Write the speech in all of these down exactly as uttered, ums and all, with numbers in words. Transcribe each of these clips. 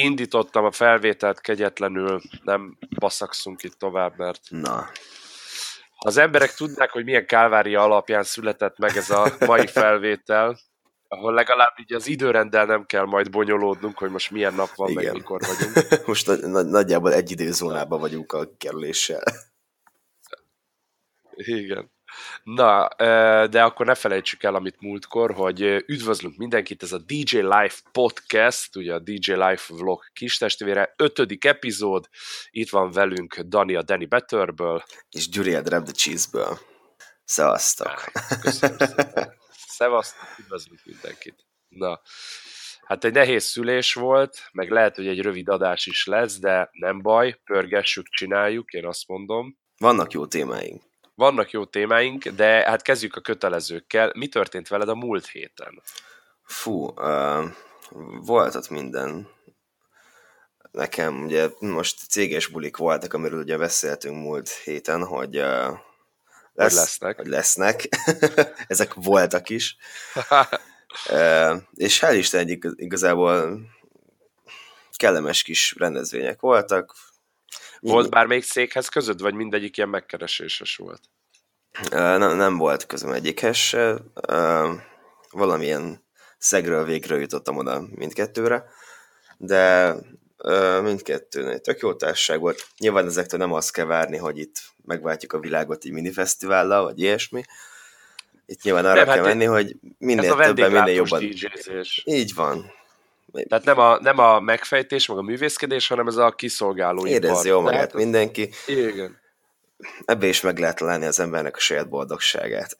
indítottam a felvételt kegyetlenül, nem baszakszunk itt tovább, mert Na. az emberek tudnák, hogy milyen kálvária alapján született meg ez a mai felvétel, ahol legalább így az időrenddel nem kell majd bonyolódnunk, hogy most milyen nap van, Igen. meg mikor vagyunk. Most nagy, nagy, nagyjából egy időzónában vagyunk a kerüléssel. Igen. Na, de akkor ne felejtsük el, amit múltkor, hogy üdvözlünk mindenkit, ez a dé jé Life Podcast, ugye a dé jé Life Vlog kistestvére, ötödik epizód, itt van velünk Dani a Danny Betterből. És Gyuri a Drop the Cheese-ből. Szevasztok! Köszönöm szépen. Szevasztok, üdvözlünk mindenkit. Na, hát egy nehéz szülés volt, meg lehet, hogy egy rövid adás is lesz, de nem baj, pörgessük, csináljuk, én azt mondom. Vannak jó témáink. Vannak jó témáink, de hát kezdjük a kötelezőkkel. Mi történt veled a múlt héten? Fú, uh, volt ott minden. Nekem ugye most céges bulik voltak, amiről ugye beszéltünk múlt héten, hogy, uh, lesz, hogy lesznek. Hogy lesznek. Ezek voltak is. uh, és hál' Isten igaz, igazából kellemes kis rendezvények voltak. Volt bármelyik székhez között, vagy mindegyik ilyen megkereséses volt? Uh, nem, nem volt közöm egyikhez. Uh, valamilyen szegről végről jutottam oda mindkettőre, de uh, mindkettőnél tök jó társaság volt. Nyilván ezektől nem azt kell várni, hogy itt megváltjuk a világot egy minifesztivállal, vagy ilyesmi. Itt nyilván arra nem, kell hát menni, hogy minél többen, minél jobban. dé jé-zés. Így van. Tehát nem a, nem a megfejtés, meg a művészkedés, hanem ez a kiszolgáló ipar. Érezze jól magát Tehát mindenki. Igen. Ebbe is meg lehet találni az embernek a saját boldogságát.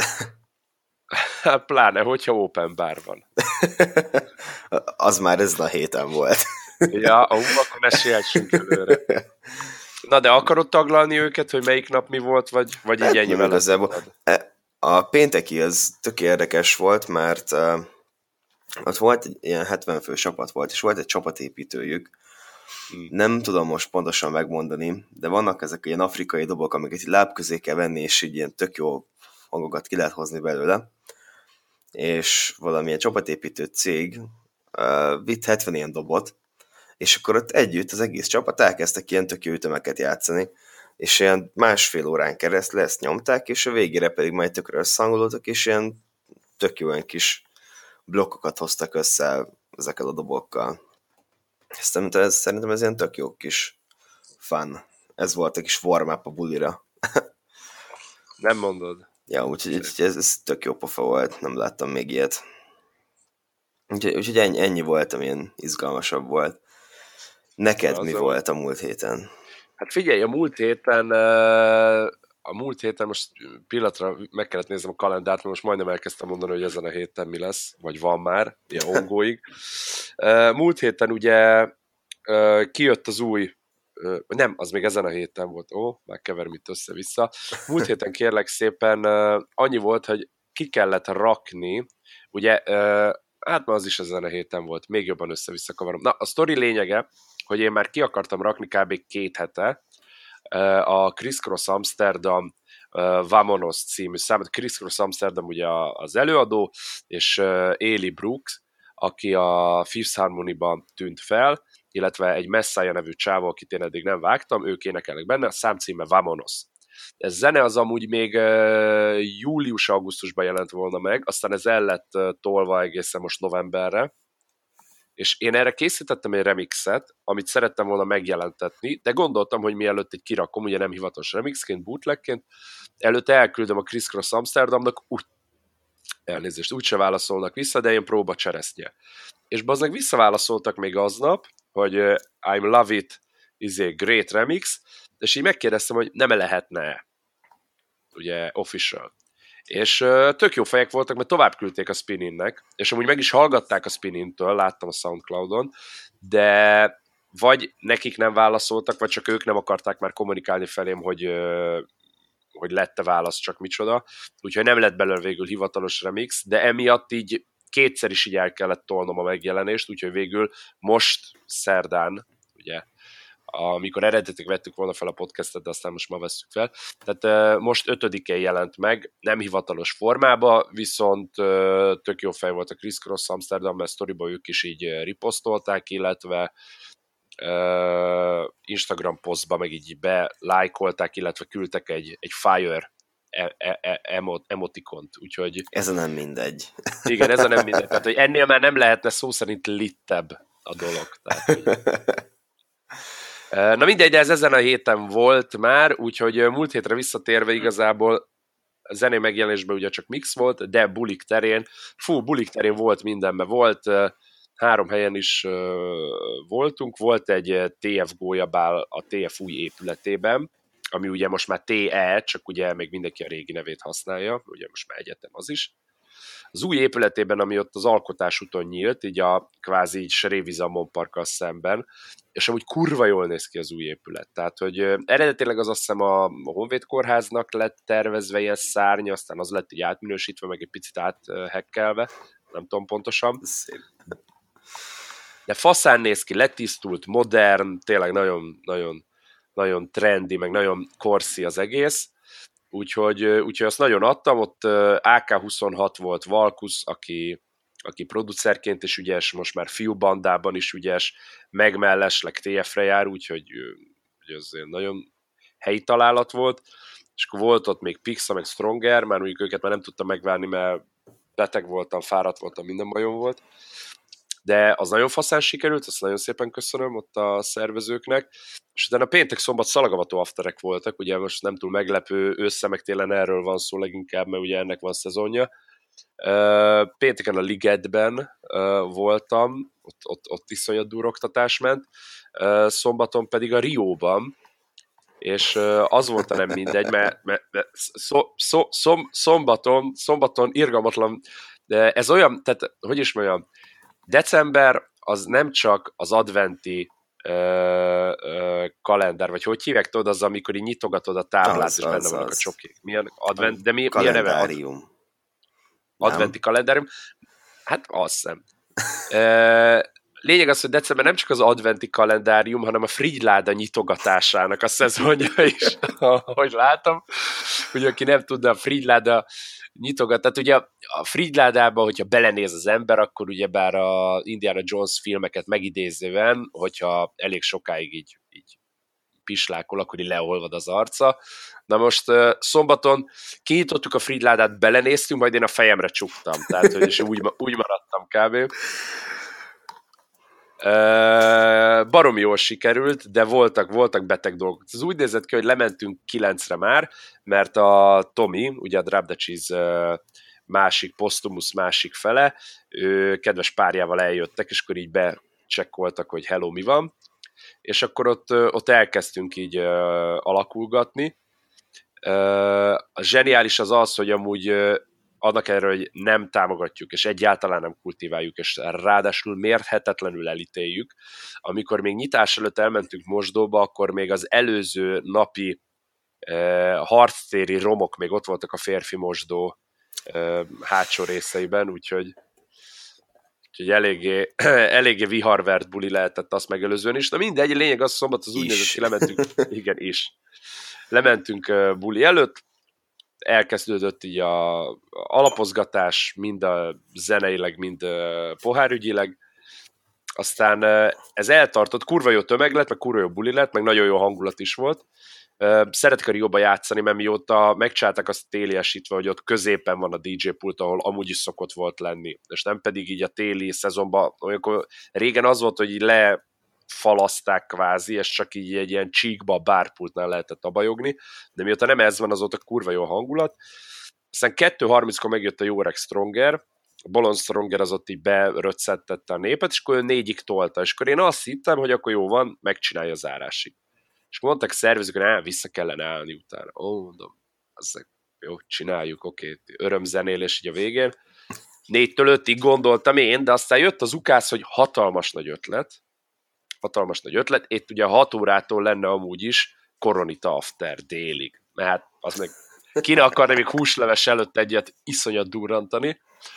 Hát pláne, hogyha open bar van. Az már ez a héten volt. Ja, ó, akkor ne siessünk előre. Na, de akarod taglalni őket, hogy melyik nap mi volt, vagy, vagy így ennyi igazából. A pénteki az tök érdekes volt, mert uh, ott volt egy ilyen hetven fő csapat volt, és volt egy csapatépítőjük. Hmm. Nem tudom most pontosan megmondani, de vannak ezek ilyen afrikai dobok, amiket így láb közé kell venni, és így ilyen tök jó hangokat ki lehet hozni belőle. És valamilyen csapatépítő cég uh, vitt hetven ilyen dobot, és akkor ott együtt az egész csapat elkezdtek ilyen tök jó ütemeket játszani, és ilyen másfél órán keresztül ezt nyomták, és a végére pedig majd tökre összehangolódtak, és ilyen tök jó ilyen kis blokkokat hoztak össze ezekkel a dobokkal. Szerintem ez, szerintem ez ilyen tök jó kis fun. Ez volt a kis warm-up a bulira. Nem mondod. Ja, úgyhogy úgy, ez, ez tök jó pofa volt, nem láttam még ilyet. Úgyhogy, úgyhogy ennyi, ennyi volt, amilyen izgalmasabb volt. Neked mi volt a múlt héten? Hát figyelj, a múlt héten, a múlt héten most pillanatra meg kellett néznem a kalendárt, mert most majdnem elkezdtem mondani, hogy ezen a héten mi lesz, vagy van már, ilyen ongóig. Múlt héten ugye kijött az új, nem, az még ezen a héten volt, ó, már keverem itt össze-vissza. Múlt héten kérlek szépen annyi volt, hogy ki kellett rakni, ugye, hát már az is ezen a héten volt, még jobban össze-vissza kavarom. Na, a sztori lényege, hogy én már ki akartam rakni kb. két hete a Criss Cross Amsterdam Vamonos című számot. Criss Cross Amsterdam ugye az előadó, és Eli Brooks, aki a Fifth Harmony-ban tűnt fel, illetve egy Messiah nevű csávó, akit én eddig nem vágtam, ők énekelnek benne, a szám címe Vamonos. Ez zene az amúgy még július-augusztusban jelent volna meg, aztán ez el lett tolva egészen most novemberre, és én erre készítettem egy remixet, amit szerettem volna megjelentetni, de gondoltam, hogy mielőtt egy kirakom, ugye nem hivatalos remixként, bootlegként, előtte elküldöm a Criss Cross Amsterdamnak, úgy, elnézést, úgyse válaszolnak vissza, de én próba cseresznye. És bazdmeg visszaválaszoltak még aznap, hogy uh, I'm love it, is a great remix, és így megkérdeztem, hogy nem lehetne ugye official. És uh, tök jó fejek voltak, mert tovább küldték a Spinninnek, és amúgy meg is hallgatták a Spinnintől, láttam a Soundcloudon, de vagy nekik nem válaszoltak, vagy csak ők nem akarták már kommunikálni felém, hogy, uh, hogy lett-e válasz, csak micsoda. Úgyhogy nem lett belőle végül hivatalos remix, de emiatt így kétszer is így el kellett tolnom a megjelenést, úgyhogy végül most szerdán, ugye, amikor eredetileg vettük volna fel a podcastet, de aztán most ma vesszük fel. Tehát uh, most ötödikén jelent meg, nem hivatalos formába, viszont uh, tök jó fej volt a Criss Cross Amsterdam, mert sztoriba ők is így uh, riposztolták, illetve uh, Instagram posztba meg így belájkolták, illetve küldtek egy, egy fire e- e- e- emot, emotikont, úgyhogy... Ez a nem mindegy. Igen, ez a nem mindegy. Tehát, hogy ennél már nem lehetne szó szerint littebb a dolog. Tehát, hogy... Na mindegy, de ez ezen a héten volt már, úgyhogy múlt hétre visszatérve igazából a zenei megjelenésben ugye csak mix volt, de bulik terén, fú, bulik terén volt mindenben, volt, három helyen is voltunk, volt egy té ef Gólyabál a té ef új épületében, ami ugye most már té e, csak ugye még mindenki a régi nevét használja, ugye most már egyetem az is. Az új épületében, ami ott az Alkotás úton nyílt, így a kvázi így Srévizamon parkkal szemben, és amúgy kurva jól néz ki az új épület. Tehát, hogy eredetileg az azt hiszem a Honvéd Kórháznak lett tervezve ilyen szárnya, aztán az lett így átminősítve, meg egy picit áthekkelve, nem tudom pontosan. Szép. De faszán néz ki, letisztult, modern, tényleg nagyon, nagyon, nagyon trendy, meg nagyon korszi az egész. Úgyhogy, úgyhogy azt nagyon adtam, ott á ká huszonhat volt Valkusz, aki, aki producerként is ügyes, most már fiúbandában is ügyes, meg mellesleg té ef-re jár, úgyhogy hogy az nagyon helyi találat volt, és akkor volt ott még Pixa, meg Stronger, már mondjuk őket már nem tudtam megvárni, mert beteg voltam, fáradt voltam, minden bajom volt, de az nagyon faszán sikerült, azt nagyon szépen köszönöm ott a szervezőknek, és utána péntek, szombat szalagavató afterek voltak, ugye most nem túl meglepő, ősszel meg télen erről van szó leginkább, mert ugye ennek van szezonja. Pénteken a Ligetben voltam, ott, ott, ott iszonyat duroktatás ment, szombaton pedig a Rióban, és az volt a nem mindegy, mert, mert, mert szó, szó, szom, szombaton, szombaton irgalmatlan, de ez olyan, tehát hogy is mondjam, december az nem csak az adventi ö, ö, kalendár, vagy hogy hívják, tudod, az, amikor így nyitogatod a táblát, az, és benne az, vannak az. A csokik. Milyen advent, de mi, milyen neve? Kalendárium. Adventi kalendárium. Hát azt hiszem. e, lényeg az, hogy december nem csak az adventi kalendárium, hanem a frigyláda nyitogatásának a szezonja is, ahogy látom. Ugye, aki nem tudna, a frigyláda nyitogat. Tehát ugye a frigyládába, hogyha belenéz az ember, akkor ugyebár a Indiana Jones filmeket megidézően, hogyha elég sokáig így, így pislákol, akkor így leolvad az arca. Na most uh, szombaton kinyitottuk a frigyládát, belenéztünk, majd én a fejemre csuktam. Tehát, hogy és úgy, úgy maradtam kb. Uh, baromi jól sikerült, de voltak, voltak beteg dolgok. Ez úgy nézett ki, hogy lementünk kilencre már, mert a Tomi, ugye a Drop the Cheese uh, másik, Postumus másik fele, ő kedves párjával eljöttek, és akkor így becsekkoltak, hogy hello, mi van, és akkor ott, ott elkezdtünk így uh, alakulgatni. Uh, a zseniális az az, hogy amúgy uh, annak erről, hogy nem támogatjuk, és egyáltalán nem kultiváljuk, és ráadásul mérhetetlenül elítéljük. Amikor még nyitás előtt elmentünk mosdóba, akkor még az előző napi eh, harctéri romok még ott voltak a férfi mosdó eh, hátsó részeiben, úgyhogy, úgyhogy eléggé, eléggé viharvert buli lehetett azt megelőzően is. Na mindegy, lényeg az, szombat az úgy nézett ki, lementünk, igen, is. Lementünk uh, buli előtt, elkezdődött így a alapozgatás, mind a zeneileg, mind a pohárügyileg. Aztán ez eltartott, kurva jó tömeg lett, meg kurva jó buli lett, meg nagyon jó hangulat is volt. Szeretek a Rióba játszani, mert mióta megcsinálták azt téliesítve, hogy ott középen van a dé dzsé pult, ahol amúgy is szokott volt lenni. És nem pedig így a téli szezonban, amikor régen az volt, hogy így le falaszták kvázi, és csak így egy ilyen csíkba, bárpultnál lehetett abajogni, de mióta nem ez van, azóta kurva jó hangulat. Aztán kettő harminckor megjött a jó öreg Stronger, a Bolond Stronger az ott így beröccentette a népet, és akkor ő négyig tolta, és akkor én azt hittem, hogy akkor jó van, megcsinálja az zárásig. És akkor mondták szervezők, hogy á, vissza kellene állni utána. Ó, mondom, az jó, csináljuk, oké, okay. Örömzenélés így a végén. Négytől ötig gondoltam én, de aztán jött az ukász, hogy hatalmas nagy ötlet, hatalmas nagy ötlet. Itt ugye hat órától lenne amúgy is Koronita After délig. Mert hát az meg ki ne akarna még húsleves előtt egyet iszonyat durrantani.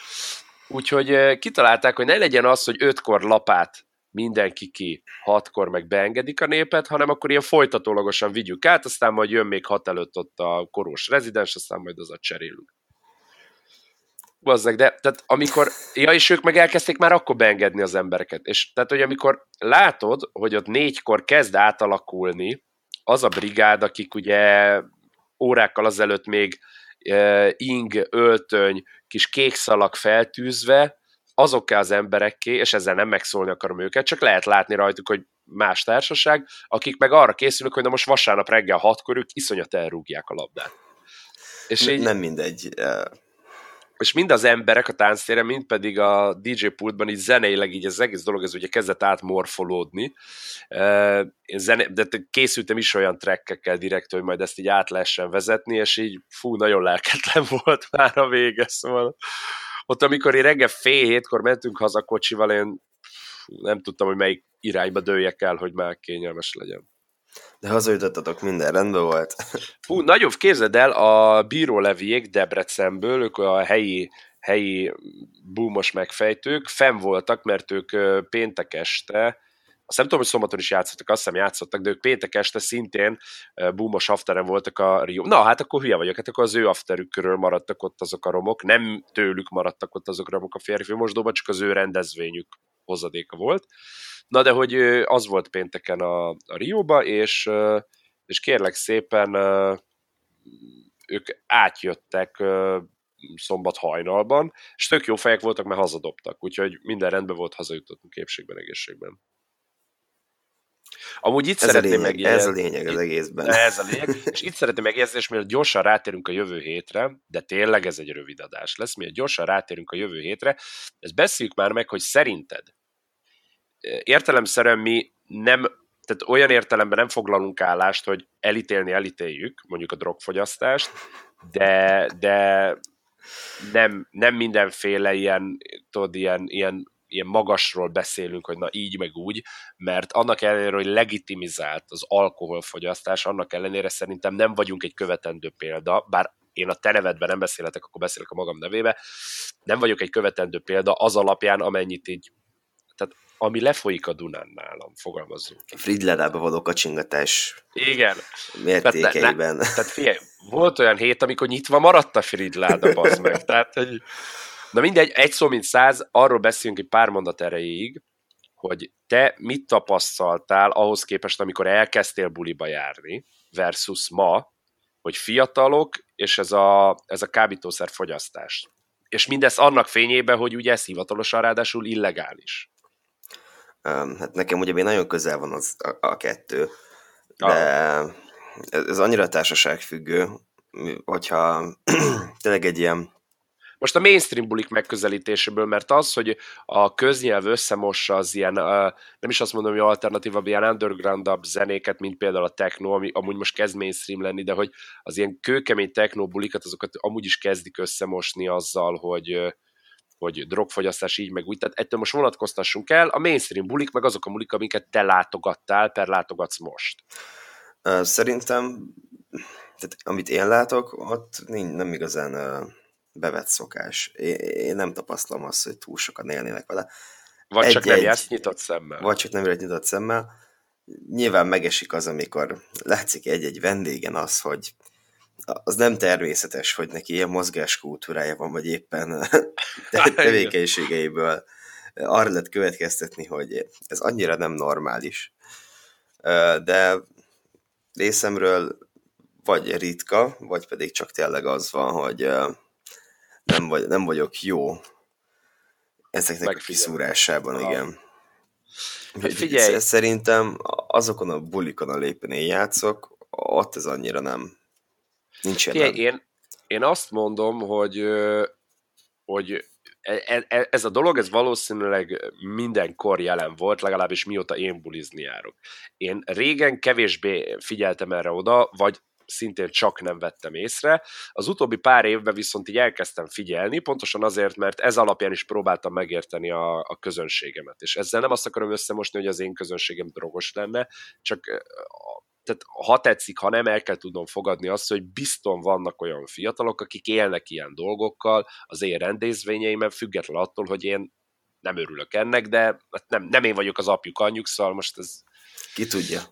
Úgyhogy kitalálták, hogy ne legyen az, hogy ötkor lapát mindenki ki, hatkor meg beengedik a népet, hanem akkor ilyen folytatólagosan vigyük át, aztán majd jön még hat előtt ott a korós rezidens, aztán majd az a cserélünk. bazzeg, de tehát amikor, ja, és ők meg elkezdték már akkor beengedni az embereket, és tehát, hogy amikor látod, hogy ott négykor kezd átalakulni az a brigád, akik ugye órákkal azelőtt még e, ing, öltöny, kis kék szalag feltűzve, azokká az emberekké, és ezzel nem megszólni akarom őket, csak lehet látni rajtuk, hogy más társaság, akik meg arra készülnek, hogy na most vasárnap reggel hatkor ők iszonyat elrúgják a labdát. És így, nem mindegy. És mind az emberek a tánctéren, mind pedig a dé dzsé pultban így zeneileg így az egész dolog ez ugye kezdett átmorfolódni. Én zene, de készültem is olyan trekkekkel direkt, hogy majd ezt így át lehessen vezetni, és így fú, nagyon lelketlen volt már a vége, szóval ott amikor én reggel fél hétkor mentünk haza kocsival, én nem tudtam, hogy melyik irányba dőljek el, hogy már kényelmes legyen. De hazajutottatok, minden rendben volt. Hú, nagyobb, képzeld el, a Bíró Leviék Debrecenből, ők a helyi, helyi boomos megfejtők, fenn voltak, mert ők péntek este, azt nem tudom, hogy szombaton is játszottak, azt hiszem játszottak, de ők péntek este szintén boomos afteren voltak a Rio. Na, hát akkor hülye vagyok, hát akkor az ő afterük körül maradtak ott azok a romok, nem tőlük maradtak ott azok a romok a férfi mosdóban, csak az ő rendezvényük hozadéka volt. Na, de hogy az volt pénteken a, a Rióba, és, és kérlek szépen ők átjöttek szombat hajnalban, és tök jó fejek voltak, mert hazadobtak, úgyhogy minden rendben volt, hazajutottunk épségben, egészségben. Amúgy itt ez szeretném megjegyezni. Ez a lényeg az egészben. Ez a lényeg, és itt szeretném megjegyezni, és miért gyorsan rátérünk a jövő hétre, de tényleg ez egy rövid adás lesz, miért gyorsan rátérünk a jövő hétre, ezt beszéljük már meg, hogy szerinted értelemszerűen mi nem, tehát olyan értelemben nem foglalunk állást, hogy elítélni elítéljük, mondjuk a drogfogyasztást, de, de nem, nem mindenféle ilyen, tudod, ilyen, ilyen, ilyen magasról beszélünk, hogy na így meg úgy, mert annak ellenére, hogy legitimizált az alkoholfogyasztás, annak ellenére szerintem nem vagyunk egy követendő példa, bár én a te nevedben nem beszélhetek, akkor beszélek a magam nevébe, nem vagyok egy követendő példa az alapján, amennyit így, tehát ami lefolyik a Dunán nálam, fogalmazzunk. Fridládába való kacsingatás igen. mértékeiben. Tehát, ne, tehát figyelj, volt olyan hét, amikor nyitva maradt a Fridláda, bazd meg. Tehát, hogy... Na mindegy, egy szó mint száz, arról beszélünk egy pár mondat erejéig, hogy te mit tapasztaltál ahhoz képest, amikor elkezdtél buliba járni, versus ma, hogy fiatalok, és ez a, ez a kábítószer fogyasztás. És mindezt annak fényében, hogy ugye ez hivatalosan ráadásul illegális. Hát nekem ugye még nagyon közel van az, a, a kettő, de ah. ez annyira társaságfüggő, hogyha tényleg egy ilyen... Most a mainstream bulik megközelítéséből, mert az, hogy a köznyelv összemossa az ilyen, nem is azt mondom, hogy alternatívabb, ilyen undergroundabb zenéket, mint például a techno, ami amúgy most kezd mainstream lenni, de hogy az ilyen kőkemény techno bulikat, azokat amúgy is kezdik összemosni azzal, hogy hogy drogfogyasztás így meg úgy, tehát ettől most vonatkoztassunk el, a mainstream bulik, meg azok a bulik, amiket te látogattál, per látogatsz most. Szerintem, tehát amit én látok, ott nem igazán bevett szokás. Én nem tapasztalom azt, hogy túl sokan élnének vele. Vagy egy, csak nem jársz nyitott szemmel. Vagy csak nem jársz nyitott szemmel. Nyilván megesik az, amikor látszik egy-egy vendégen az, hogy az nem természetes, hogy neki ilyen mozgáskultúrája van, vagy éppen tevékenységeiből arra lehet következtetni, hogy ez annyira nem normális. De részemről vagy ritka, vagy pedig csak tényleg az van, hogy nem, vagy, nem vagyok jó ezeknek a kiszúrásában, ah. igen. Hát figyelj! Szerintem azokon a bulikon, a éppen én játszok, ott ez annyira nem. Nincs Figyelj, én, én azt mondom, hogy, hogy ez a dolog, ez valószínűleg mindenkor jelen volt, legalábbis mióta én bulizni járok. Én régen kevésbé figyeltem erre oda, vagy szintén csak nem vettem észre. Az utóbbi pár évben viszont így elkezdtem figyelni, pontosan azért, mert ez alapján is próbáltam megérteni a, a közönségemet. És ezzel nem azt akarom összemosni, hogy az én közönségem drogos lenne, csak tehát ha tetszik, ha nem, el kell tudnom fogadni azt, hogy bizton vannak olyan fiatalok, akik élnek ilyen dolgokkal az én rendezvényeimen, független attól, hogy én nem örülök ennek, de nem, nem én vagyok az apjuk, anyjuk, szóval most ez... Ki tudja.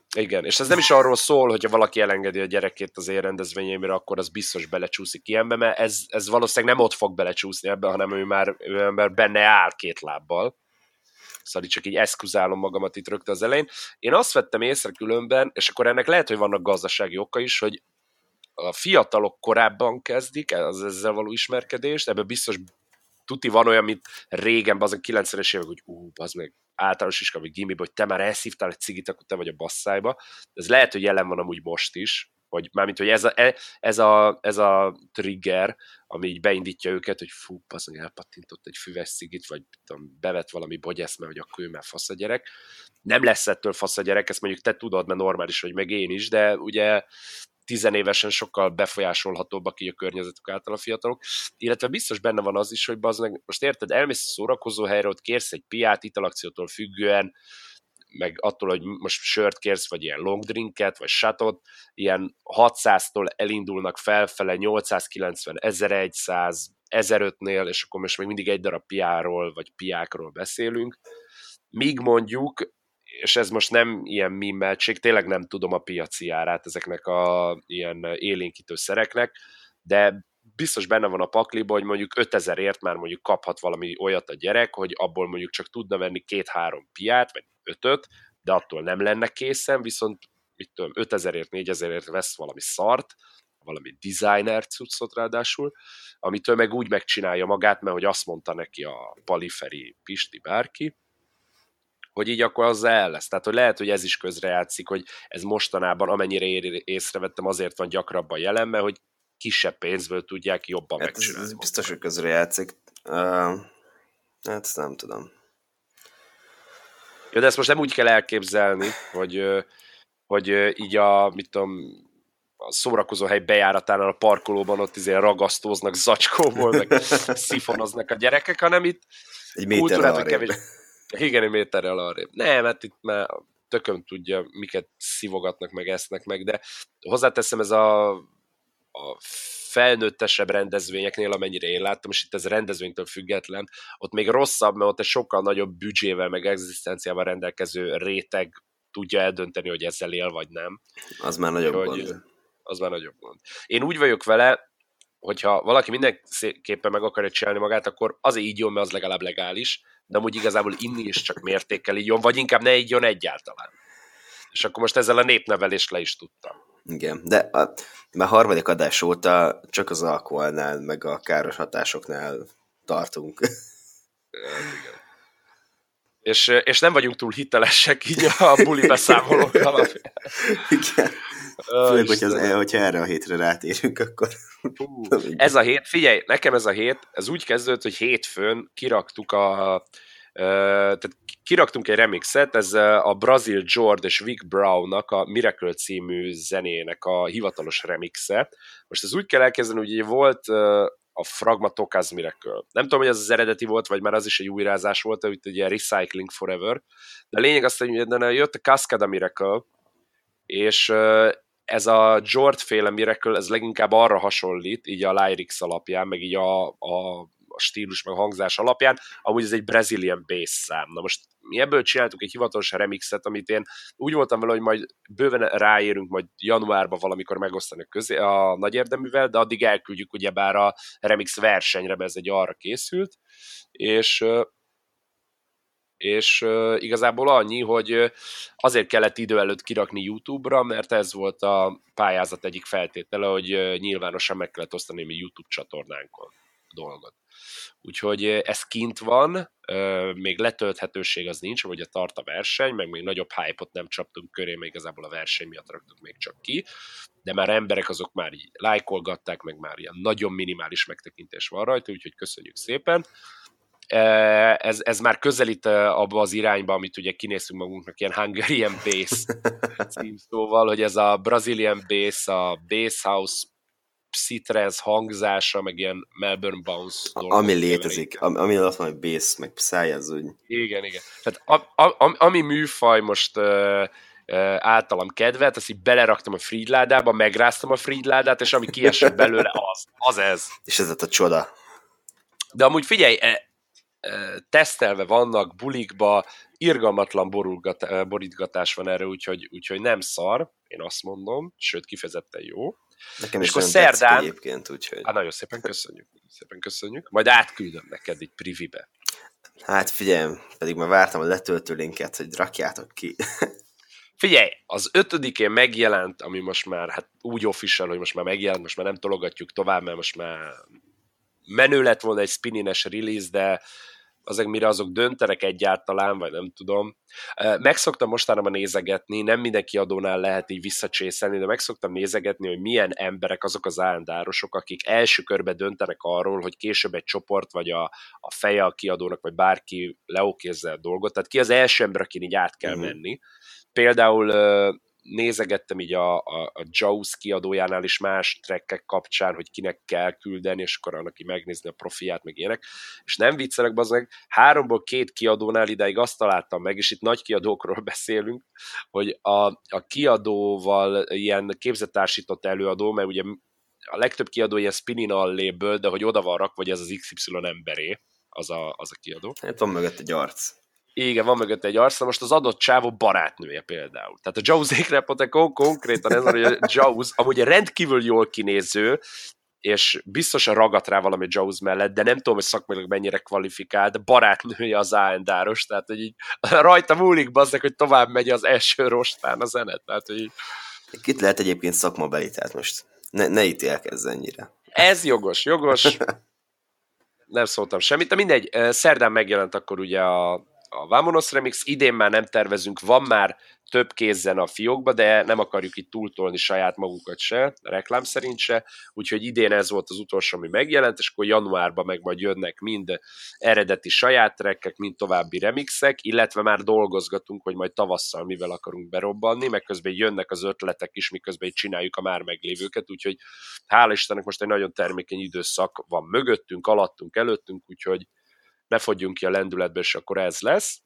Igen, és ez nem is arról szól, hogyha valaki elengedi a gyerekét az én rendezvényeimre, akkor az biztos belecsúszik ilyenbe, mert ez, ez valószínűleg nem ott fog belecsúszni ebbe, hanem ő már, ő már benne áll két lábbal. Szóval csak így eszkuzálom magamat itt rögtön az elején. Én azt vettem észre különben, és akkor ennek lehet, hogy vannak gazdasági oka is, hogy a fiatalok korábban kezdik az ezzel való ismerkedést, ebben biztos tuti van olyan, mint régen, azon kilencvenes évek, hogy ú, az meg általános iskola, vagy gimibe, hogy te már elszívtál egy cigit, akkor te vagy a basszájba. Ez lehet, hogy jelen van amúgy most is, hogy mármint, hogy ez a, ez a, ez a trigger, ami így beindítja őket, hogy fú, az meg elpattintott egy füves cigit, vagy tudom, bevet valami bogyeszme, hogy akkor ő már fasz a gyerek. Nem lesz ettől fasz a gyerek, ezt mondjuk te tudod, mert normális vagy, meg én is, de ugye tizenévesen sokkal befolyásolhatóbbak így a környezetük által a fiatalok, illetve biztos benne van az is, hogy bazd, most érted, elmész a szórakozó helyre, ott kérsz egy piát, italakciótól függően, meg attól, hogy most sört kérsz, vagy ilyen long drinket, vagy shotot, ilyen hatszáztól elindulnak felfele, nyolcszázkilencven, ezerszáz, ezerötnél, és akkor most még mindig egy darab piáról, vagy piákról beszélünk. Míg mondjuk, és ez most nem ilyen mimmeltség, tényleg nem tudom a piaci árát ezeknek a ilyen élénkítő szereknek, de biztos benne van a pakliba, hogy mondjuk ötezerért már mondjuk kaphat valami olyat a gyerek, hogy abból mondjuk csak tudna venni két-három piát, vagy ötöt, de attól nem lenne készen, viszont mit tudom, ötezerért, négyezerért vesz valami szart, valami designer cuccot ráadásul, amitől meg úgy megcsinálja magát, mert hogy azt mondta neki a Paliferi Pisti bárki, hogy így akkor az el lesz. Tehát, hogy lehet, hogy ez is közrejátszik, hogy ez mostanában, amennyire észrevettem, azért van gyakrabban jelen, mert hogy kisebb pénzből tudják jobban hát megcsinálni. Ez, ez biztos, hogy közrejátszik. Uh, hát nem tudom. Jó, de ezt most nem úgy kell elképzelni, hogy, hogy így a, mit tudom, a szórakozóhely bejáratánál a parkolóban ott izé ragasztóznak zacskóból, meg szifonoznak a gyerekek, hanem itt egy méterrel arrébb. Kevés... Igen, egy méterrel arrébb. Nem, hát itt már tököm tudja, miket szivogatnak, meg esznek meg, de hozzáteszem, ez a, a felnőttesebb rendezvényeknél, amennyire én láttam, és itt ez rendezvénytől független, ott még rosszabb, mert ott egy sokkal nagyobb büdzsével, meg egzisztenciával rendelkező réteg tudja eldönteni, hogy ezzel él, vagy nem. Az már nagyobb hogy, gond. Az már nagyobb gond. Én úgy vagyok vele, hogyha valaki mindenképpen meg akarja csinálni magát, akkor azért így jön, mert az legalább legális, de amúgy igazából inni is csak mértékkel így jön, vagy inkább ne így jön egyáltalán. És akkor most ezzel a népnevelést le is tudtam. Igen, de a, már harmadik adás óta csak az alkoholnál, meg a káros hatásoknál tartunk. Igen. És, és nem vagyunk túl hitelesek így a buli beszámolók alapján. Igen. Főleg, hogy az, hogyha erre a hétre rátérünk, akkor... Hú, ez a hét, figyelj, nekem ez a hét, ez úgy kezdődött, hogy hétfőn kiraktuk a... Uh, tehát kiraktunk egy remixet, ez a Brazil George és Vic Brownnak a Miracle című zenének a hivatalos remixe. Most ez úgy kell elkezdeni, hogy volt uh, a Fragma Tokaz Miracle. Nem tudom, hogy ez az eredeti volt, vagy már az is egy újrázás volt, hogy ugye Recycling Forever. De a lényeg az, hogy jött a Cascada Miracle, és uh, ez a George-féle Miracle, ez leginkább arra hasonlít, így a lyrics alapján, meg így a, a, a stílus, meg a hangzás alapján, amúgy ez egy Brazilian bass szám. Na most mi ebből csináltuk egy hivatalos remixet, amit én úgy voltam vele, hogy majd bőven ráérünk majd januárban valamikor megosztani a, közé, a nagy érdeművel, de addig elküldjük ugyebár a remix versenyre, mert ez egy arra készült, és... és uh, igazából annyi, hogy uh, azért kellett idő előtt kirakni YouTube-ra, mert ez volt a pályázat egyik feltétele, hogy uh, nyilvánosan meg kellett osztani a YouTube csatornánkon a dolgot. Úgyhogy uh, ez kint van, uh, még letölthetőség az nincs, vagy a tart a verseny, meg még nagyobb hype-ot nem csaptunk köré, még igazából a verseny miatt raktuk még csak ki, de már emberek azok már így lájkolgatták, meg már ilyen nagyon minimális megtekintés van rajta, úgyhogy köszönjük szépen. Ez, ez már közelít abba az irányba, amit ugye kinéztünk magunknak, ilyen Hungarian Bass címszóval, hogy ez a Brazilian Bass, a Bass House Psytrance hangzása, meg ilyen Melbourne Bounce dolgok. Ami létezik, am, ami ott van, hogy Bass, meg Psy, az úgy. Igen, igen. Tehát a, a, ami műfaj most uh, uh, általam kedvelt, azt így beleraktam a Freedládába, megráztam a Freedládát, és ami kiesett belőle, az, az ez. És ez lett a csoda. De amúgy figyelj, tesztelve vannak bulikba, irgalmatlan borulgat, borítgatás van erre, úgyhogy, úgyhogy nem szar, én azt mondom, sőt kifejezetten jó. Nekem és is akkor nagyon szerdán, tetszik egyébként, úgyhogy... Hát nagyon szépen köszönjük, szépen köszönjük. Majd átküldöm neked egy privibe. Hát figyelj, pedig már vártam a letöltő linket, hogy rakjátok ki. Figyelj, az ötödikén megjelent, ami most már hát úgy official, hogy most már megjelent, most már nem tologatjuk tovább, mert most már menő lett volna egy spinines release, de azok mire azok döntenek egyáltalán, vagy nem tudom. Megszoktam mostanában nézegetni, nem minden kiadónál lehet így visszacsészelni, de megszoktam nézegetni, hogy milyen emberek azok az állandárosok, akik első körben döntenek arról, hogy később egy csoport, vagy a, a feje a kiadónak, vagy bárki leokézze a dolgot. Tehát ki az első ember, akin így át kell Mm-hmm. menni. Például nézegettem így a, a, a Jaws kiadójánál is más trekkek kapcsán, hogy kinek kell küldeni, és akkor annak így megnézni a profiát, meg ilyenek. És nem viccelek, bazdmeg, háromból két kiadónál idáig azt találtam meg, és itt nagy kiadókról beszélünk, hogy a, a kiadóval ilyen képzettársított előadó, mert ugye a legtöbb kiadó ilyen spin-in alléből, de hogy oda van rakva, vagy ez az iksz ipszilon emberé, az a, az a kiadó. Hát van mögött egy arc. Igen, van mögött egy arc, most az adott csávó barátnője például. Tehát a Jaws-ékre konkrétan ez van, hogy a Jaws amúgy rendkívül jól kinéző, és biztosan ragadt rá valami Jaws mellett, de nem tudom, hogy szakmailag mennyire kvalifikált, de barátnője az á and er-os, tehát hogy így rajta múlik bazzek, hogy tovább megy az első rostán a zene. Tehát, hogy így... Itt lehet egyébként szakmabeli, tehát most ne, ne ítélkezz ennyire. Ez jogos, jogos. Nem szóltam semmit, de mindegy, szerdán megjelent akkor ugye a a Vamonos Remix, idén már nem tervezünk, van már több kézzen a fiókba, de nem akarjuk itt túltolni saját magunkat se, reklám szerint se, úgyhogy idén ez volt az utolsó, ami megjelent, és akkor januárban meg majd jönnek mind eredeti saját trekkek, mind további remixek, illetve már dolgozgatunk, hogy majd tavasszal mivel akarunk berobbanni, meg közben jönnek az ötletek is, miközben csináljuk a már meglévőket, úgyhogy hála Istennek most egy nagyon termékeny időszak van mögöttünk, alattunk, előttünk, úgyhogy ne fogyjunk ki a lendületből, és akkor ez lesz.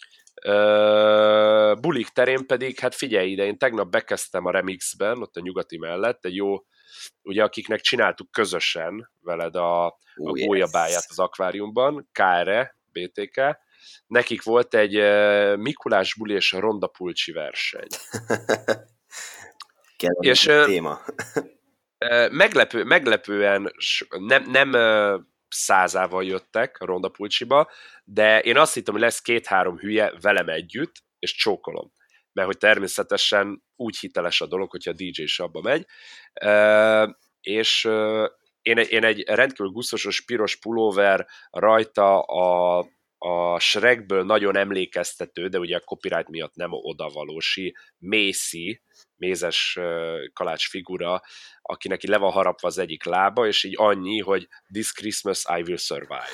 Uh, bulik terén pedig, hát figyelj ide, én tegnap bekezdtem a Remixben, ott a nyugati mellett, egy jó, ugye akiknek csináltuk közösen veled a, a oh, gólyabáját yes. az akváriumban, ká er e, bé té ká, nekik volt egy uh, Mikulás buli és a ronda pulcsi verseny. és uh, téma. uh, meglepő, meglepően nem, nem uh, százával jöttek a ronda pulcsiba, de én azt hittem, hogy lesz két-három hülye velem együtt, és csókolom. Mert hogy természetesen úgy hiteles a dolog, hogyha a dé dzsé is abba megy. Uh, és uh, én, én egy rendkívül gusztusos piros pulóver, rajta a, a Shrekből nagyon emlékeztető, de ugye a copyright miatt nem odavalósi, Macy, mézes kalács figura, akinek le van harapva az egyik lába, és így annyi, hogy this Christmas I will survive.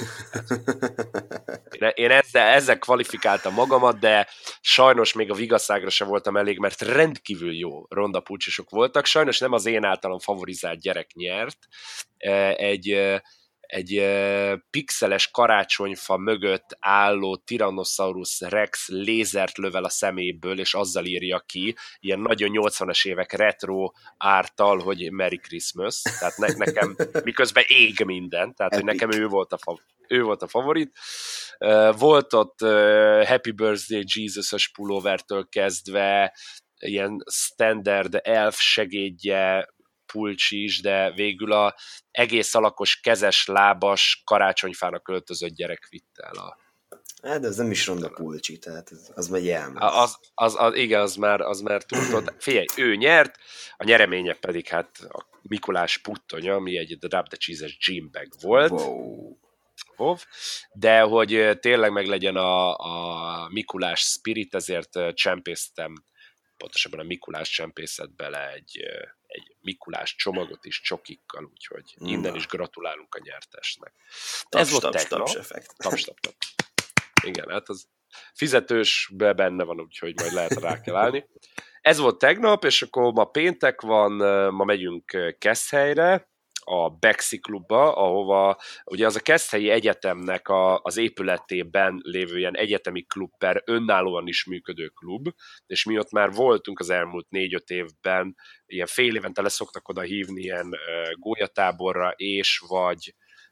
Én ezzel, ezzel kvalifikáltam magamat, de sajnos még a vigaszágra sem voltam elég, mert rendkívül jó ronda pulcsisok voltak. Sajnos nem az én általam favorizált gyerek nyert. Egy egy pixeles karácsonyfa mögött álló Tyrannosaurus Rex lézert lövel a szeméből, és azzal írja ki, ilyen nagyon nyolcvanas évek retro ártal, hogy Merry Christmas. Tehát ne, nekem miközben ég minden, tehát hogy nekem ő volt a, fav- ő volt a favorit. Volt ott Happy Birthday Jesus-os pulóvertől kezdve, ilyen standard elf segédje, pulcsi is, de végül a egész alakos, kezes, lábas, karácsonyfának öltözött gyerek vitt el a... Hát, de ez nem is ronda pulcsi, tehát az, az megy el. Az, az, az, igen, az már, az már tudod. Figyelj, ő nyert, a nyereménye pedig hát a Mikulás puttonya, ami egy Drop the Cheese-es gymbag volt. Wow. De hogy tényleg meglegyen a, a Mikulás spirit, ezért csempésztem, pontosabban a Mikulás csempészet bele egy, egy Mikulás csomagot is csokikkal, úgyhogy Na. innen is gratulálunk a nyertesnek. Taps, Ez volt taps, tegnap. taps effekt. Taps, taps, taps. Igen, hát az fizetősbe benne van, úgyhogy majd lehet rá kell állni. Ez volt tegnap, és akkor ma péntek van, ma megyünk Keszthelyre, a Bexi klubba, ahova ugye az a Keszthelyi Egyetemnek a, az épületében lévő ilyen egyetemi klub per önállóan is működő klub, és mi ott már voltunk az elmúlt négy-öt évben, ilyen fél évente leszoktak oda hívni ilyen uh, gólyatáborra, és vagy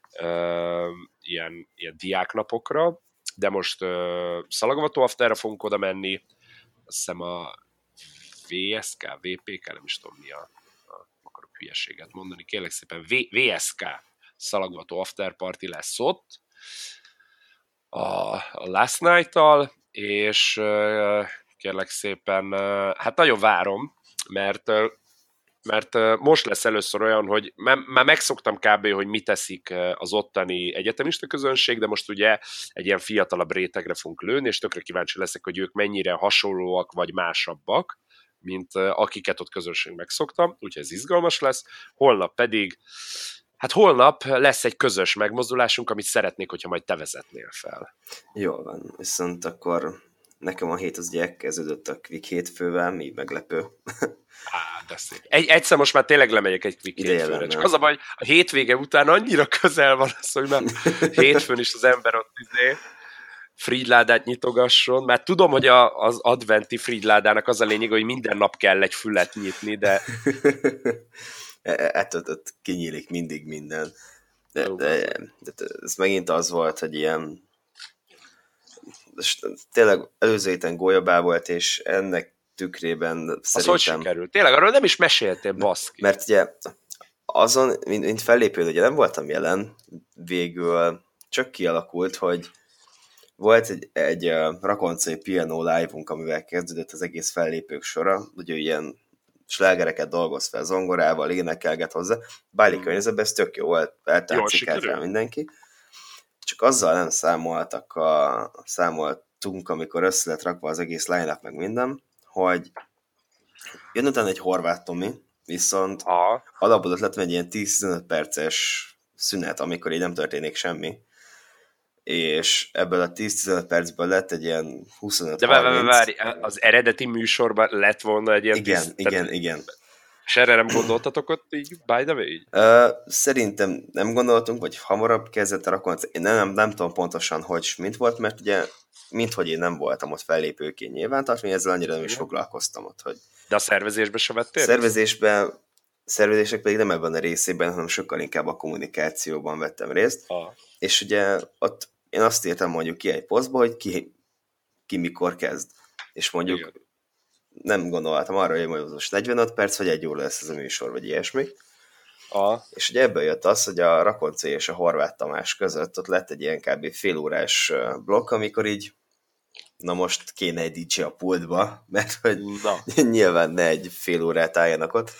uh, ilyen, ilyen diáknapokra, de most uh, szalagvató afterre fogunk oda menni, azt hiszem a vé es ká, vé pé ká, nem is tudom mi a, a akarok hülyeséget mondani, kérlek szépen, v, vé es ká szalagvató after party lesz ott a, a Last Night-tal, és uh, kérlek szépen, uh, hát nagyon várom, mert uh, mert most lesz először olyan, hogy már megszoktam kb. Hogy mit teszik az ottani egyetemista közönség, de most ugye egy ilyen fiatalabb rétegre fogunk lőni, és tökre kíváncsi leszek, hogy ők mennyire hasonlóak vagy másabbak, mint akiket ott közönség megszoktam, úgyhogy ez izgalmas lesz. Holnap pedig, hát holnap lesz egy közös megmozdulásunk, amit szeretnék, hogyha majd te vezetnél fel. Jól van, viszont akkor nekem a hét az ugye kezdődött a Quick hétfővel, mi meglepő. Á, de szép. Egy, egyszer most már tényleg lemegyek egy Quick Ideje hétfőre. lenne. Csak az a baj, a hétvége után annyira közel van az, hogy már hétfőn is az ember ott izé frigyládát nyitogasson. Mert tudom, hogy a, az adventi frigyládának az a lényeg, hogy minden nap kell egy fület nyitni, de... Ettől kinyílik mindig minden. De, de, de ez megint az volt, hogy ilyen tényleg előző héten gólyabá volt, és ennek tükrében az szerintem... hogy sikerült? Tényleg, arról nem is meséltél, baszki. Mert ugye azon, mint, mint fellépő, ugye nem voltam jelen, végül csak kialakult, hogy volt egy, egy uh, rakoncai piano live-unk, amivel kezdődött az egész fellépők sora, ugye ilyen slágereket dolgoz fel zongorával, énekelget hozzá. Báli hmm. környezetben ez tök jó volt, eltáncikelt rá mindenki. Csak azzal nem számoltak a, számoltunk, amikor össze lett rakva az egész line-up meg minden, hogy jön utána egy Horváth Tomi, viszont Aha. alapból lett egy ilyen tíz-tizenöt perces szünet, amikor így nem történik semmi. És ebből a tíz-tizenöt percből lett egy ilyen huszonöt harminc. De várj, várj, az eredeti műsorban lett volna egy ilyen... Igen, tíz, igen, tehát, igen. És erre nem gondoltatok ott így, by the way? Uh, szerintem nem gondoltunk, vagy hamarabb kezdett a rakonc. Én nem, nem, nem tudom pontosan, hogy mint volt, mert ugye minthogy én nem voltam ott fellépőként nyilvántartani, ezzel annyira nem is foglalkoztam ott, hogy... De a szervezésbe se vettél? Szervezésben, szervezések pedig nem ebben a részében, hanem sokkal inkább a kommunikációban vettem részt. Ah. És ugye ott én azt írtam mondjuk ki egy posztba, hogy ki, ki mikor kezd. És mondjuk igen. Nem gondoltam arra, hogy majd most negyvenöt perc, vagy egy óra lesz ez a műsor, vagy ilyesmi. Ah. És ugye ebből jött az, hogy a Rakoncai és a Horváth Tamás között ott lett egy ilyen kb. Fél órás blokk, amikor így na most kéne egy dé dzsé a pultba, mert hogy na. Nyilván ne egy fél órát álljanak ott.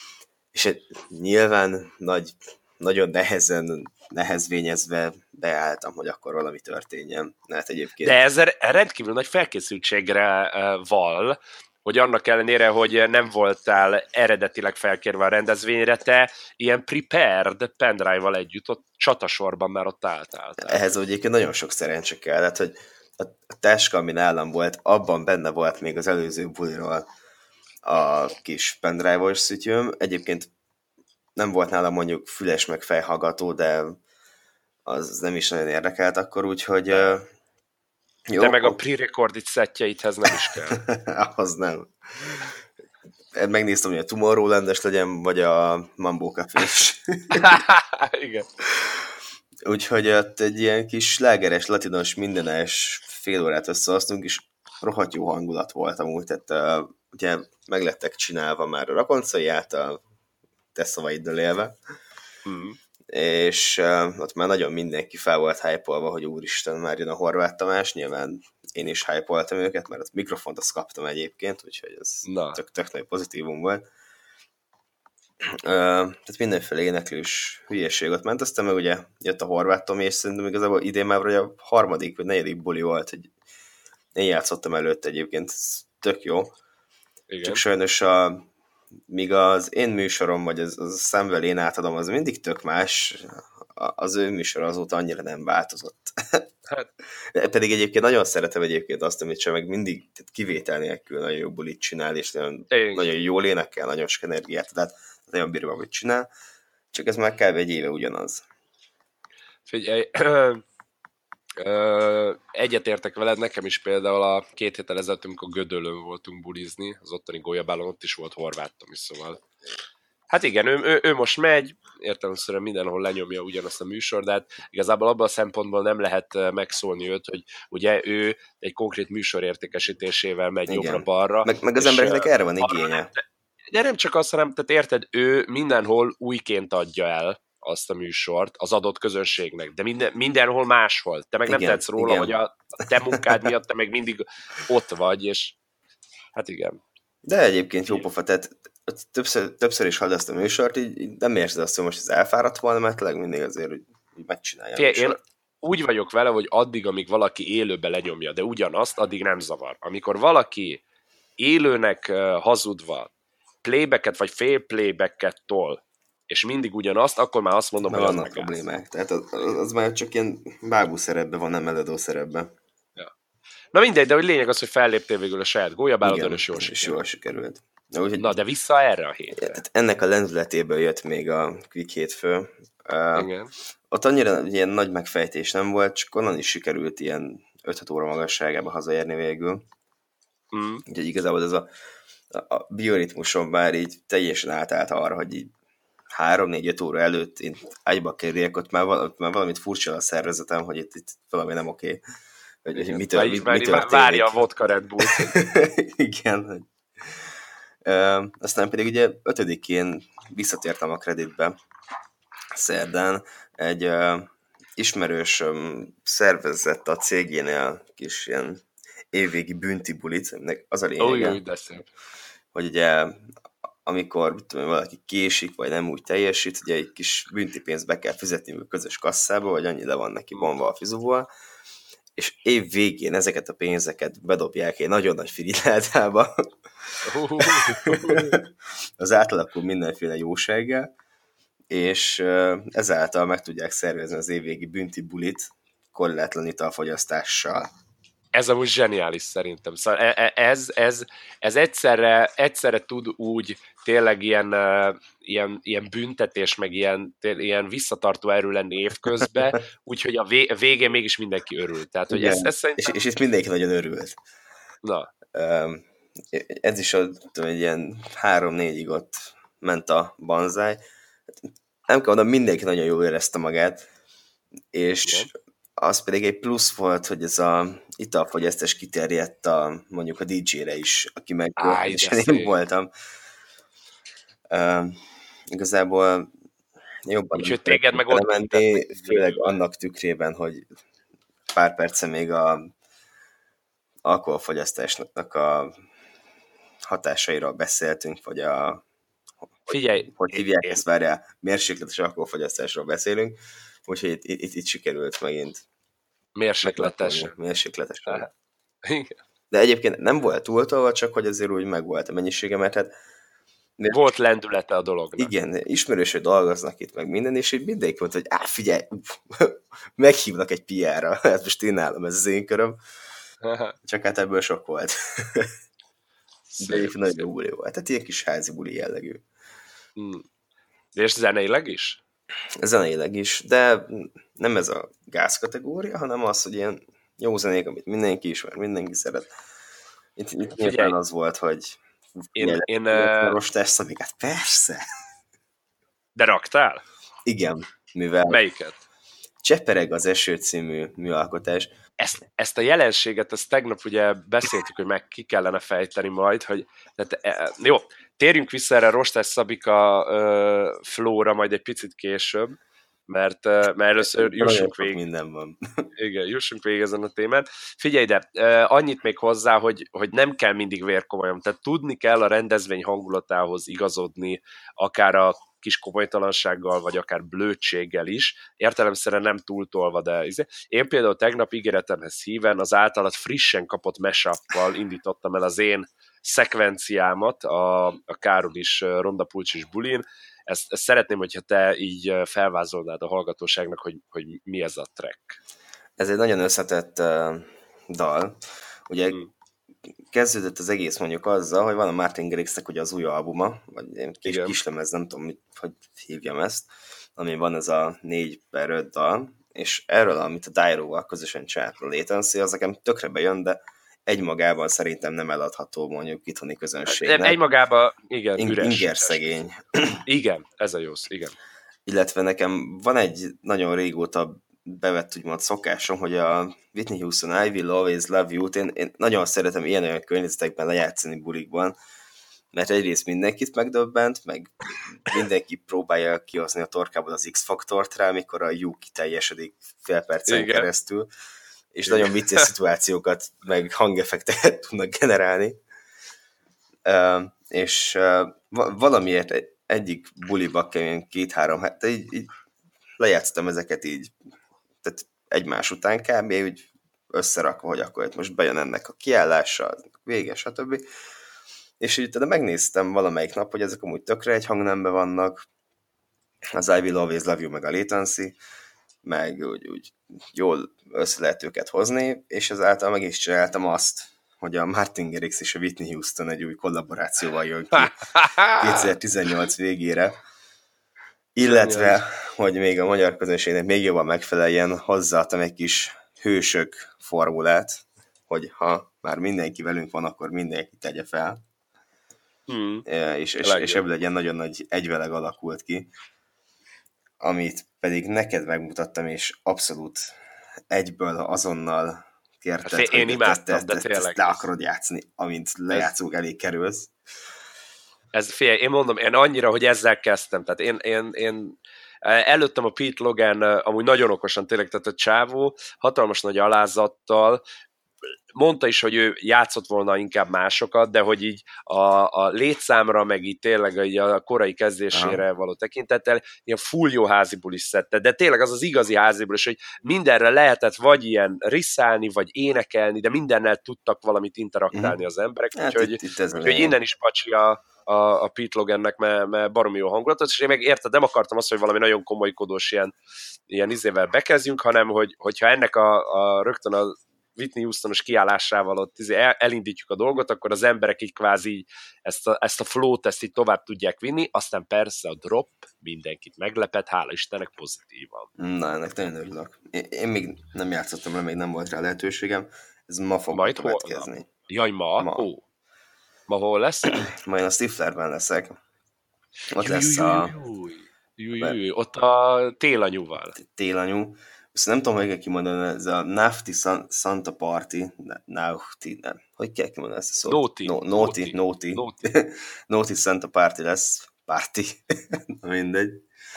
És nyilván nagy, nagyon nehezen, nehezvényezve beálltam, hogy akkor valami történjen. Hát egyébként... De ez rendkívül nagy felkészültségre val, hogy annak ellenére, hogy nem voltál eredetileg felkérve a rendezvényre, te ilyen prepared pendrive-val együtt ott csatasorban már ott álltál. Ehhez egyébként nagyon sok szerencse kellett, hogy a táska, ami nálam volt, abban benne volt még az előző buliról a kis pendrive-os szütyőm. Egyébként nem volt nálam mondjuk füles meg fejhallgató, de az nem is nagyon érdekelt akkor, úgyhogy... Uh, jó, de meg a pre-recorded szettjeidhez nem is kell. Ahhoz nem. Megnéztem, hogy a Tomorrowland-es legyen, vagy a Mambo Café-s. Igen. Úgyhogy ott egy ilyen kis slágeres, latinos, mindenes fél órát összehoztunk, és rohadt jó hangulat volt amúgy, tehát uh, ugye meg lettek csinálva már a Rakoncai által, te szavaiddal élve, mm. és uh, ott már nagyon mindenki fel volt hype-olva, hogy úristen, már jön a Horváth Tamás, nyilván én is hype-oltam őket, mert a mikrofont azt kaptam egyébként, úgyhogy ez tök, tök nagy pozitívum volt. Uh, tehát mindenféle éneklős hülyeség ott ment, aztán meg ugye jött a Horváth Tomi, és szerintem igazából idén már vagy a harmadik vagy negyedik buli volt, hogy én játszottam előtte egyébként, ez tök jó. Igen. Csak sajnos a, míg az én műsorom, vagy az, az szemvel én átadom, az mindig tök más, az ő műsor azóta annyira nem változott. Hát. Pedig egyébként nagyon szeretem egyébként azt, amit sem meg mindig kivétel nélkül nagyon jó bulit csinál, és nagyon, nagyon jól énekel, nagyon sok energiát, tehát nagyon bírom, amit csinál, csak ez már kb. Egy éve ugyanaz. Figyelj, egyetértek veled, nekem is például a két héttel ezelőtt, amikor Gödöllőn voltunk bulizni, az ottani Gólyabálon, ott is volt Horváth Tomi, szóval Hát igen, ő, ő, ő most megy, értelemszerűen mindenhol lenyomja ugyanazt a műsor, de hát igazából abban a szempontból nem lehet megszólni őt, hogy ugye ő egy konkrét műsor értékesítésével megy jobbra-balra. Meg, meg az embereknek erre van igénye. De nem csak azt, hanem, tehát érted, ő mindenhol újként adja el azt a műsort az adott közönségnek, de minden, mindenhol máshol. Te meg igen, nem tehetsz róla, igen. hogy a, a te munkád miatt te meg mindig ott vagy, és hát igen. De egyébként jó pofa, tehát többször, többször is hallod ezt a műsort, így, így nem érzed azt, hogy most ez elfáradt volna, mert tényleg mindig azért, hogy megcsinálja. Fé, én úgy vagyok vele, hogy addig, amíg valaki élőbe lenyomja, de ugyanazt, addig nem zavar. Amikor valaki élőnek hazudva playbacket vagy fél playbacket tol, és mindig ugyanazt, akkor már azt mondom, de hogy vannak az problémák. Tehát az, az már csak ilyen bábú szerepben van, nem eladó szerepben. Ja. Na mindegy, de hogy lényeg az, hogy felléptél végül a saját gólyabálodon, és jól sikerült. jól sikerült. Na, úgy, Na, de vissza erre a hétre. Tehát ennek a lendületéből jött még a Quick hétfő. Igen. Uh, ott annyira ilyen nagy megfejtés nem volt, csak onnan is sikerült ilyen öt-hat óra magasságába hazaérni végül. Mm. Úgyhogy igazából ez a a bioritmusom bár így teljesen átállt arra, hogy így három-négy-öt óra előtt én ágyba kerüljek, ott már, val- ott már valamit furcsa a szervezetem, hogy itt, itt valami nem oké. Hogy, hogy mi, tör, mi, mi történik. Várja a vodka Red Bullt. Igen. Hogy... Uh, aztán pedig ugye ötödikén visszatértem a kreditbe szerdán. Egy uh, ismerős um, szervezett a cégénél kis ilyen évvégi bünti bulit, az a lényege, oh, hogy ugye amikor tudom, valaki késik, vagy nem úgy teljesít, ugye egy kis büntipénzt be kell fizetni a közös kasszába, vagy annyi le van neki vonva a fizuból, és év végén ezeket a pénzeket bedobják egy nagyon nagy firillátába, az átalakul mindenféle jósággal, és ezáltal meg tudják szervezni az évvégi bünti bulit korlátlan italfogyasztással. Ez amúgy zseniális szerintem. Szóval ez, ez, ez egyszerre, egyszerre tud úgy tényleg ilyen, ilyen, ilyen büntetés, meg ilyen, ilyen visszatartó erő lenni évközben, úgyhogy a végén mégis mindenki örül. Tehát, hogy ez, ez szerintem... és, és itt mindenki nagyon örült. Na. Ez is a, tudom, egy ilyen három-négyig ott ment a banzáj. Nem kell mondani, mindenki nagyon jól érezte magát, és igen. Az pedig egy plusz volt, hogy ez a italfogyasztás kiterjedt a, mondjuk a dé dzsére is, aki meg volt, és én voltam. Uh, igazából jobban úgyhogy téged meg ott menni, főleg annak tükrében, hogy pár perce még a alkoholfogyasztásnak a hatásairól beszéltünk, vagy a Figyelj, hogy, hogy hívják én... ezt, várjál, mérsékletes alkoholfogyasztásról beszélünk, úgyhogy itt, itt, itt sikerült megint. Mérsékletesen. Mérsékletesen. De egyébként nem volt túltolva, csak hogy azért úgy meg volt a mennyisége, mert hát... Volt lendülete a dolognak. Igen, ismerős, hogy dolgoznak itt meg minden, és így mindenki mondta, hogy á, figyelj, meghívnak egy pé er-ra, hát most én állom, ez az én köröm. Csak hát ebből sok volt. De egyébként nagyon jó buli volt. Tehát ilyen kis házi buli jellegű. Hmm. És zeneileg is? Zeneileg is, de nem ez a gáz kategória, hanem az, hogy ilyen jó zenék, amit mindenki ismer, mindenki szeret. Itt, itt nyilván az volt, hogy én, én most tesz, amíg hát persze. De raktál? Igen, mivel... Melyiket? Csepereg az eső című műalkotás. Ezt, ezt a jelenséget, ezt tegnap ugye beszéltük, hogy meg ki kellene fejteni majd, hogy tehát, jó, térjünk vissza erre Rostás Szabika uh, flow-ra majd egy picit később, mert, uh, mert először jussunk végig. Minden van. Igen, jussunk végig ezen a témán. Figyelj ide, uh, annyit még hozzá, hogy, hogy nem kell mindig vérkomolyan, tehát tudni kell a rendezvény hangulatához igazodni, akár a kis komolytalansággal, vagy akár blödséggel is. Értelemszerűen nem túltolva, de én például tegnap ígéretemhez híven az általad frissen kapott mashuppal indítottam el az én szekvenciámat a, a Károlis Ronda Pulcsis bulin. Ezt, ezt szeretném, hogyha te így felvázolnád a hallgatóságnak, hogy, hogy mi ez a track. Ez egy nagyon összetett uh, dal. Ugye hmm. kezdődött az egész mondjuk azzal, hogy van a Martin Garrixnek ugye az új albuma, vagy egy kis kislemez, nem tudom, mit, hogy hívjam ezt, ami van ez a négy per öt dal, és erről, amit a Dairo-val közösen csinált a Latency, az nekem tökre bejön, de egymagában szerintem nem eladható mondjuk itthoni közönségnek. Egymagában, igen, In- üres. Inger szegény. Igen, ez a jó, igen. Illetve nekem van egy nagyon régóta bevett úgymond szokásom, hogy a Whitney Houston I Will Always Love You-t én, én nagyon szeretem ilyen-olyan környezetekben lejátszani bulikban, mert egyrészt mindenkit megdöbbent, meg mindenki próbálja kihozni a torkából az X-faktort rá, amikor a You kiteljesedik fél percen Igen. keresztül, és Igen. nagyon vicces szituációkat, meg hangeffekteket tudnak generálni. Uh, és uh, valamiért egyik buliba keményen két-három, hát így, így lejátsztam ezeket így, tehát egymás után kb. Úgy összerakva, hogy akkor itt most bejön ennek a kiállása, vége, stb. És így de megnéztem valamelyik nap, hogy ezek amúgy tökre egy hangnemben vannak, az I Will Always Love You, meg a Latency, meg úgy, úgy jól össze lehet őket hozni, és ezáltal meg is csináltam azt, hogy a Martin Garrix és a Whitney Houston egy új kollaborációval jön ki kétezer-tizennyolc végére, illetve, hogy még a magyar közönségnek még jobban megfeleljen, hozzáadtam egy kis hősök formulát, hogy ha már mindenki velünk van, akkor mindenki tegye fel. Hmm. És, és, és ebből egy ilyen nagyon nagy egyveleg alakult ki, amit pedig neked megmutattam, és abszolút egyből azonnal kérted, Én hogy imádtam, te, te, de tényleg. Le akarod játszani, amint lejátszók elé kerülsz. Ez fél, én mondom, én annyira, hogy ezzel kezdtem, tehát én, én, én előttem a Pete Logan amúgy nagyon okosan tényleg, tehát a csávó hatalmas nagy alázattal mondta is, hogy ő játszott volna inkább másokat, de hogy így a, a létszámra, meg így tényleg így a korai kezdésére Aha. való tekintettel ilyen full jó háziból is szedte, de tényleg az az igazi háziból is, hogy mindenre lehetett vagy ilyen risszálni, vagy énekelni, de mindennel tudtak valamit interaktálni uh-huh. az emberek, hát úgyhogy, itt, itt úgyhogy innen is pacsi a, a, a Pete Logannek, mert me baromi jó hangulatot, és én meg érted, nem akartam azt, hogy valami nagyon komolykodós ilyen, ilyen izével bekezdjünk, hanem hogy, hogyha ennek a, a rögtön a Whitney Houstonos kiállásával ott elindítjuk a dolgot, akkor az emberek így kvázi ezt a, ezt a flow-t, ezt így tovább tudják vinni, aztán persze a drop mindenkit meglepett, hála Istennek pozitívan. Na, ennek nagyon örülök. Én, én még nem játszottam le, még nem volt rá lehetőségem, ez ma fog Majd következni. Jaj, ma? Ma. Ó. Ma hol lesz? Majd a Stiflerben leszek. Ott júj, lesz júj, a... Júj, júj, júj, júj. Ott a télanyúval. Télanyú. Azt nem tudom, hogy kell kimondani, ez a Nafti Santa Party, Naughty, nem. Hogy kell kimondani ezt a szót? Nóti. No, Nóti, Nóti. Nóti Santa Party lesz, Party, mindegy.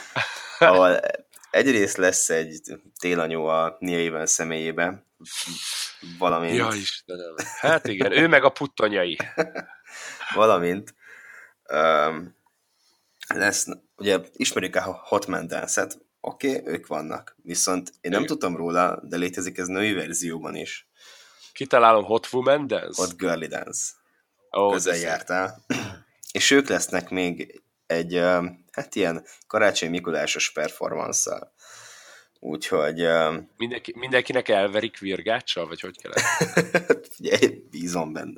Ahol egyrészt lesz egy télanyú a Nia Evans személyében, valamint... Ja, Istenem. Hát igen, ő meg a puttonyai. Valamint um, lesz, ugye ismerjük a Hotman Dance-et, oké, okay, ők vannak. Viszont én nem ő. tudtam róla, de létezik ez női verzióban is. Kitalálom, Hot Woman Dance? Hot Girly Dance. Oh, közel jártál. És ők lesznek még egy, hát ilyen karácsony Mikulásos performanszal. Úgyhogy... Mindenki, mindenkinek elverik virgáccsal, vagy hogy kell? Figyelj, bízom benne.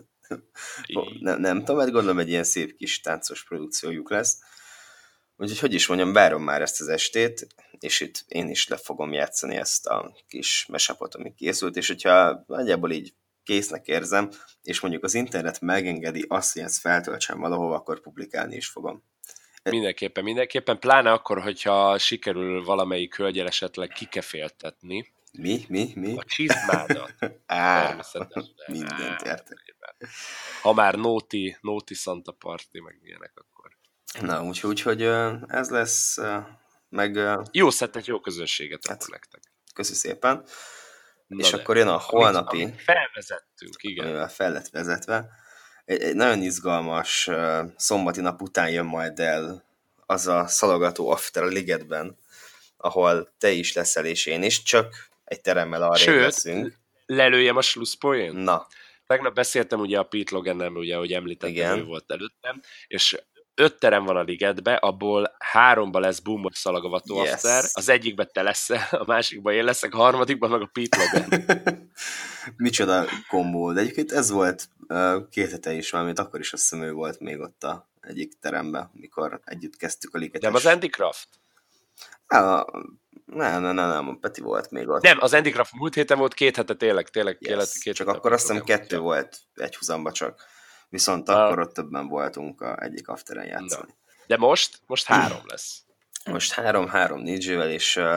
nem, nem tudom, mert gondolom egy ilyen szép kis táncos produkciójuk lesz. Úgyhogy, hogy is mondjam, várom már ezt az estét, és itt én is le fogom játszani ezt a kis mesapot, ami készült, és hogyha nagyjából így késznek érzem, és mondjuk az internet megengedi azt, hogy ezt feltöltsem valahova, akkor publikálni is fogom. Mindenképpen, mindenképpen, pláne akkor, hogyha sikerül valamelyik hölgyel esetleg kikeféltetni. Mi? Mi? Mi? A csizmádat. Á, mindent értek. Ha már Nóti, Nóti Santa Party, meg milyenek, akkor. Na, úgyhogy úgy, hogy ez lesz, meg... Jó szettet, jó közönséget hát, akkor nektek. Köszi szépen. Na és de, akkor jön a holnapi... Amit felvezettünk, igen. Amivel fel lett vezetve. Egy, egy nagyon izgalmas uh, szombati nap után jön majd el az a szalogató after a Ligetben, ahol te is leszel, és én is, csak egy teremmel arrébb leszünk. Sőt, lelőjem a slusszpoén? Na. Tegnap beszéltem ugye a Pete Logannel, ugye, hogy említettem, ő volt előttem, és öt terem van a Ligetbe, abból háromba lesz boomos szalagavató yes. after, az egyikben te leszel, a másikban én leszek, a harmadikban meg a Pete Logan. Micsoda kombó, de egyébként ez volt uh, két hete is, valamint akkor is azt hiszem ő volt még ott a egyik teremben, mikor együtt kezdtük a Ligetes. De az Andy Kraft? A, Nem, nem, nem, nem, Peti volt még ott. Nem, az Andy Craft múlt héten volt két hete, tényleg, tényleg. Yes. Két csak akkor azt hiszem kettő volt egy húzamba csak. Viszont ah. akkor ott többen voltunk a egyik afteren játszani. Na. De most? Most három lesz. Most három-három dé jével, és uh,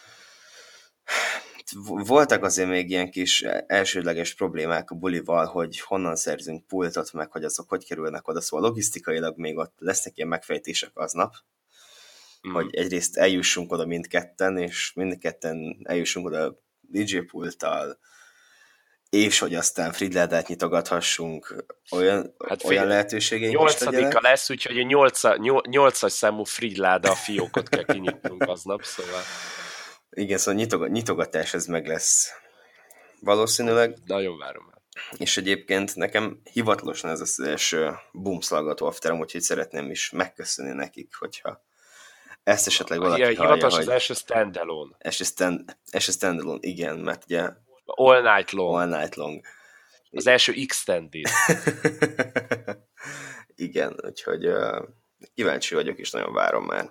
voltak azért még ilyen kis elsődleges problémák a bulival, hogy honnan szerzünk pultot, meg hogy azok hogy kerülnek oda, szóval logisztikailag még ott lesznek ilyen megfejtések aznap, mm. hogy egyrészt eljussunk oda mindketten, és mindketten eljussunk oda dé jé pulttal, és hogy aztán Fridládát nyitogathassunk, olyan, hát olyan lehetőségeink nyolcadika lesz, úgyhogy a nyolcas számú Fridláda a fiókot kell kinyitnunk aznap, szóval... Igen, szóval nyitogatás ez meg lesz valószínűleg. Nagyon várom el. És egyébként nekem hivatalosan ez az első boomszlaggató afterem, úgyhogy szeretném is megköszönni nekik, hogyha ezt esetleg valaki ja, hallja, hivatalos hogy... az első standalone. Első, stand, első standalone, igen, mert ugye... All night long. All night long. Az első extended. Igen, úgyhogy uh, kíváncsi vagyok, és nagyon várom már.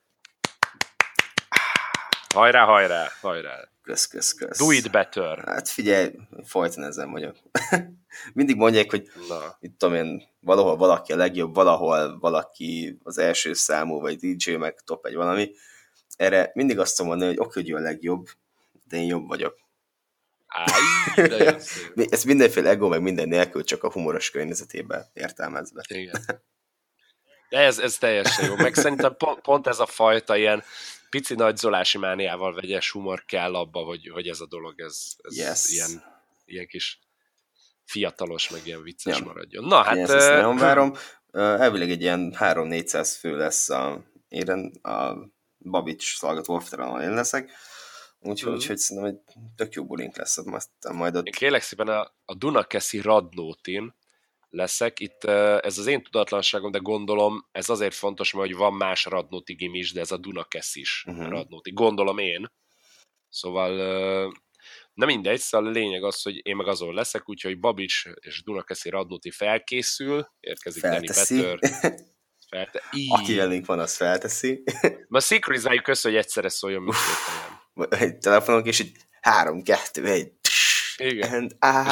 Hajrá, hajrá, hajrá. Kösz, kösz, kösz. Do it better. Hát figyelj, folyton ezen vagyok. Mindig mondják, hogy Na. mit tudom én, valahol valaki a legjobb, valahol valaki az első számú, vagy dé jé, meg top egy valami. Erre mindig azt tudom mondani, hogy oké, hogy ő a legjobb, de én jobb vagyok. Áj, de szép. Ez mindenféle ego, meg minden nélkül, csak a humoros környezetében értelmezve. Igen. De ez, ez teljesen jó. Meg szerintem pont, pont ez a fajta ilyen pici nagyzolási mániával vegyes humor kell abba, hogy, hogy ez a dolog, ez, ez yes. ilyen, ilyen kis fiatalos, meg ilyen vicces ja. maradjon. Na, hát... Yes, ezt nagyon várom. Elvileg egy ilyen három-négyszáz fő lesz a, éren, a Babics szalgató afteron, ahol én leszek. Úgyhogy, mm. úgyhogy szerintem egy tök jó bulink lesz. Majd ott... Én kérlek szépen a, a Dunakeszi Radnótin leszek. Itt ez az én tudatlanságom, de gondolom ez azért fontos, mert hogy van más Radnóti gim is, de ez a Dunakeszi is uh-huh. Radnóti. Gondolom én. Szóval nem mindegy, szóval a lényeg az, hogy én meg azon leszek, úgyhogy Babics és Dunakeszi Radnóti felkészül, érkezik Danny Petter. Felte... Aki velünk van, az felteszi. Ma szinkronizáljuk össze, hogy egyszerre szóljon mindketten. Egy telefonok, és így három, kettő, egy. Igen.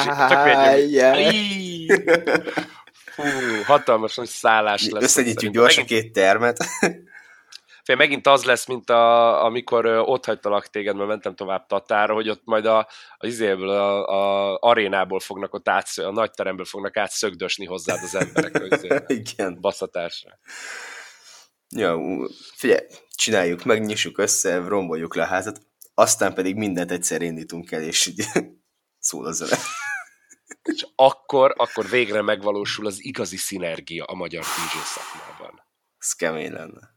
Fú, hatalmas nagy szállás lesz. Összegyítjük gyorsan megint... két termet. Fél, megint az lesz, mint a, amikor ott hagytalak téged, mert mentem tovább Tatára, hogy ott majd a, az izéből, a, a arénából fognak ott átszö, a nagy teremből fognak átszögdösni hozzád az emberek. Igen. Baszatásra. Ja, figyelj, csináljuk meg, nyissuk össze, romboljuk le a házat, aztán pedig mindent egyszer indítunk el, és így szól a zene. És akkor, akkor végre megvalósul az igazi szinergia a magyar dé jé szakmában. Ez kemény lenne.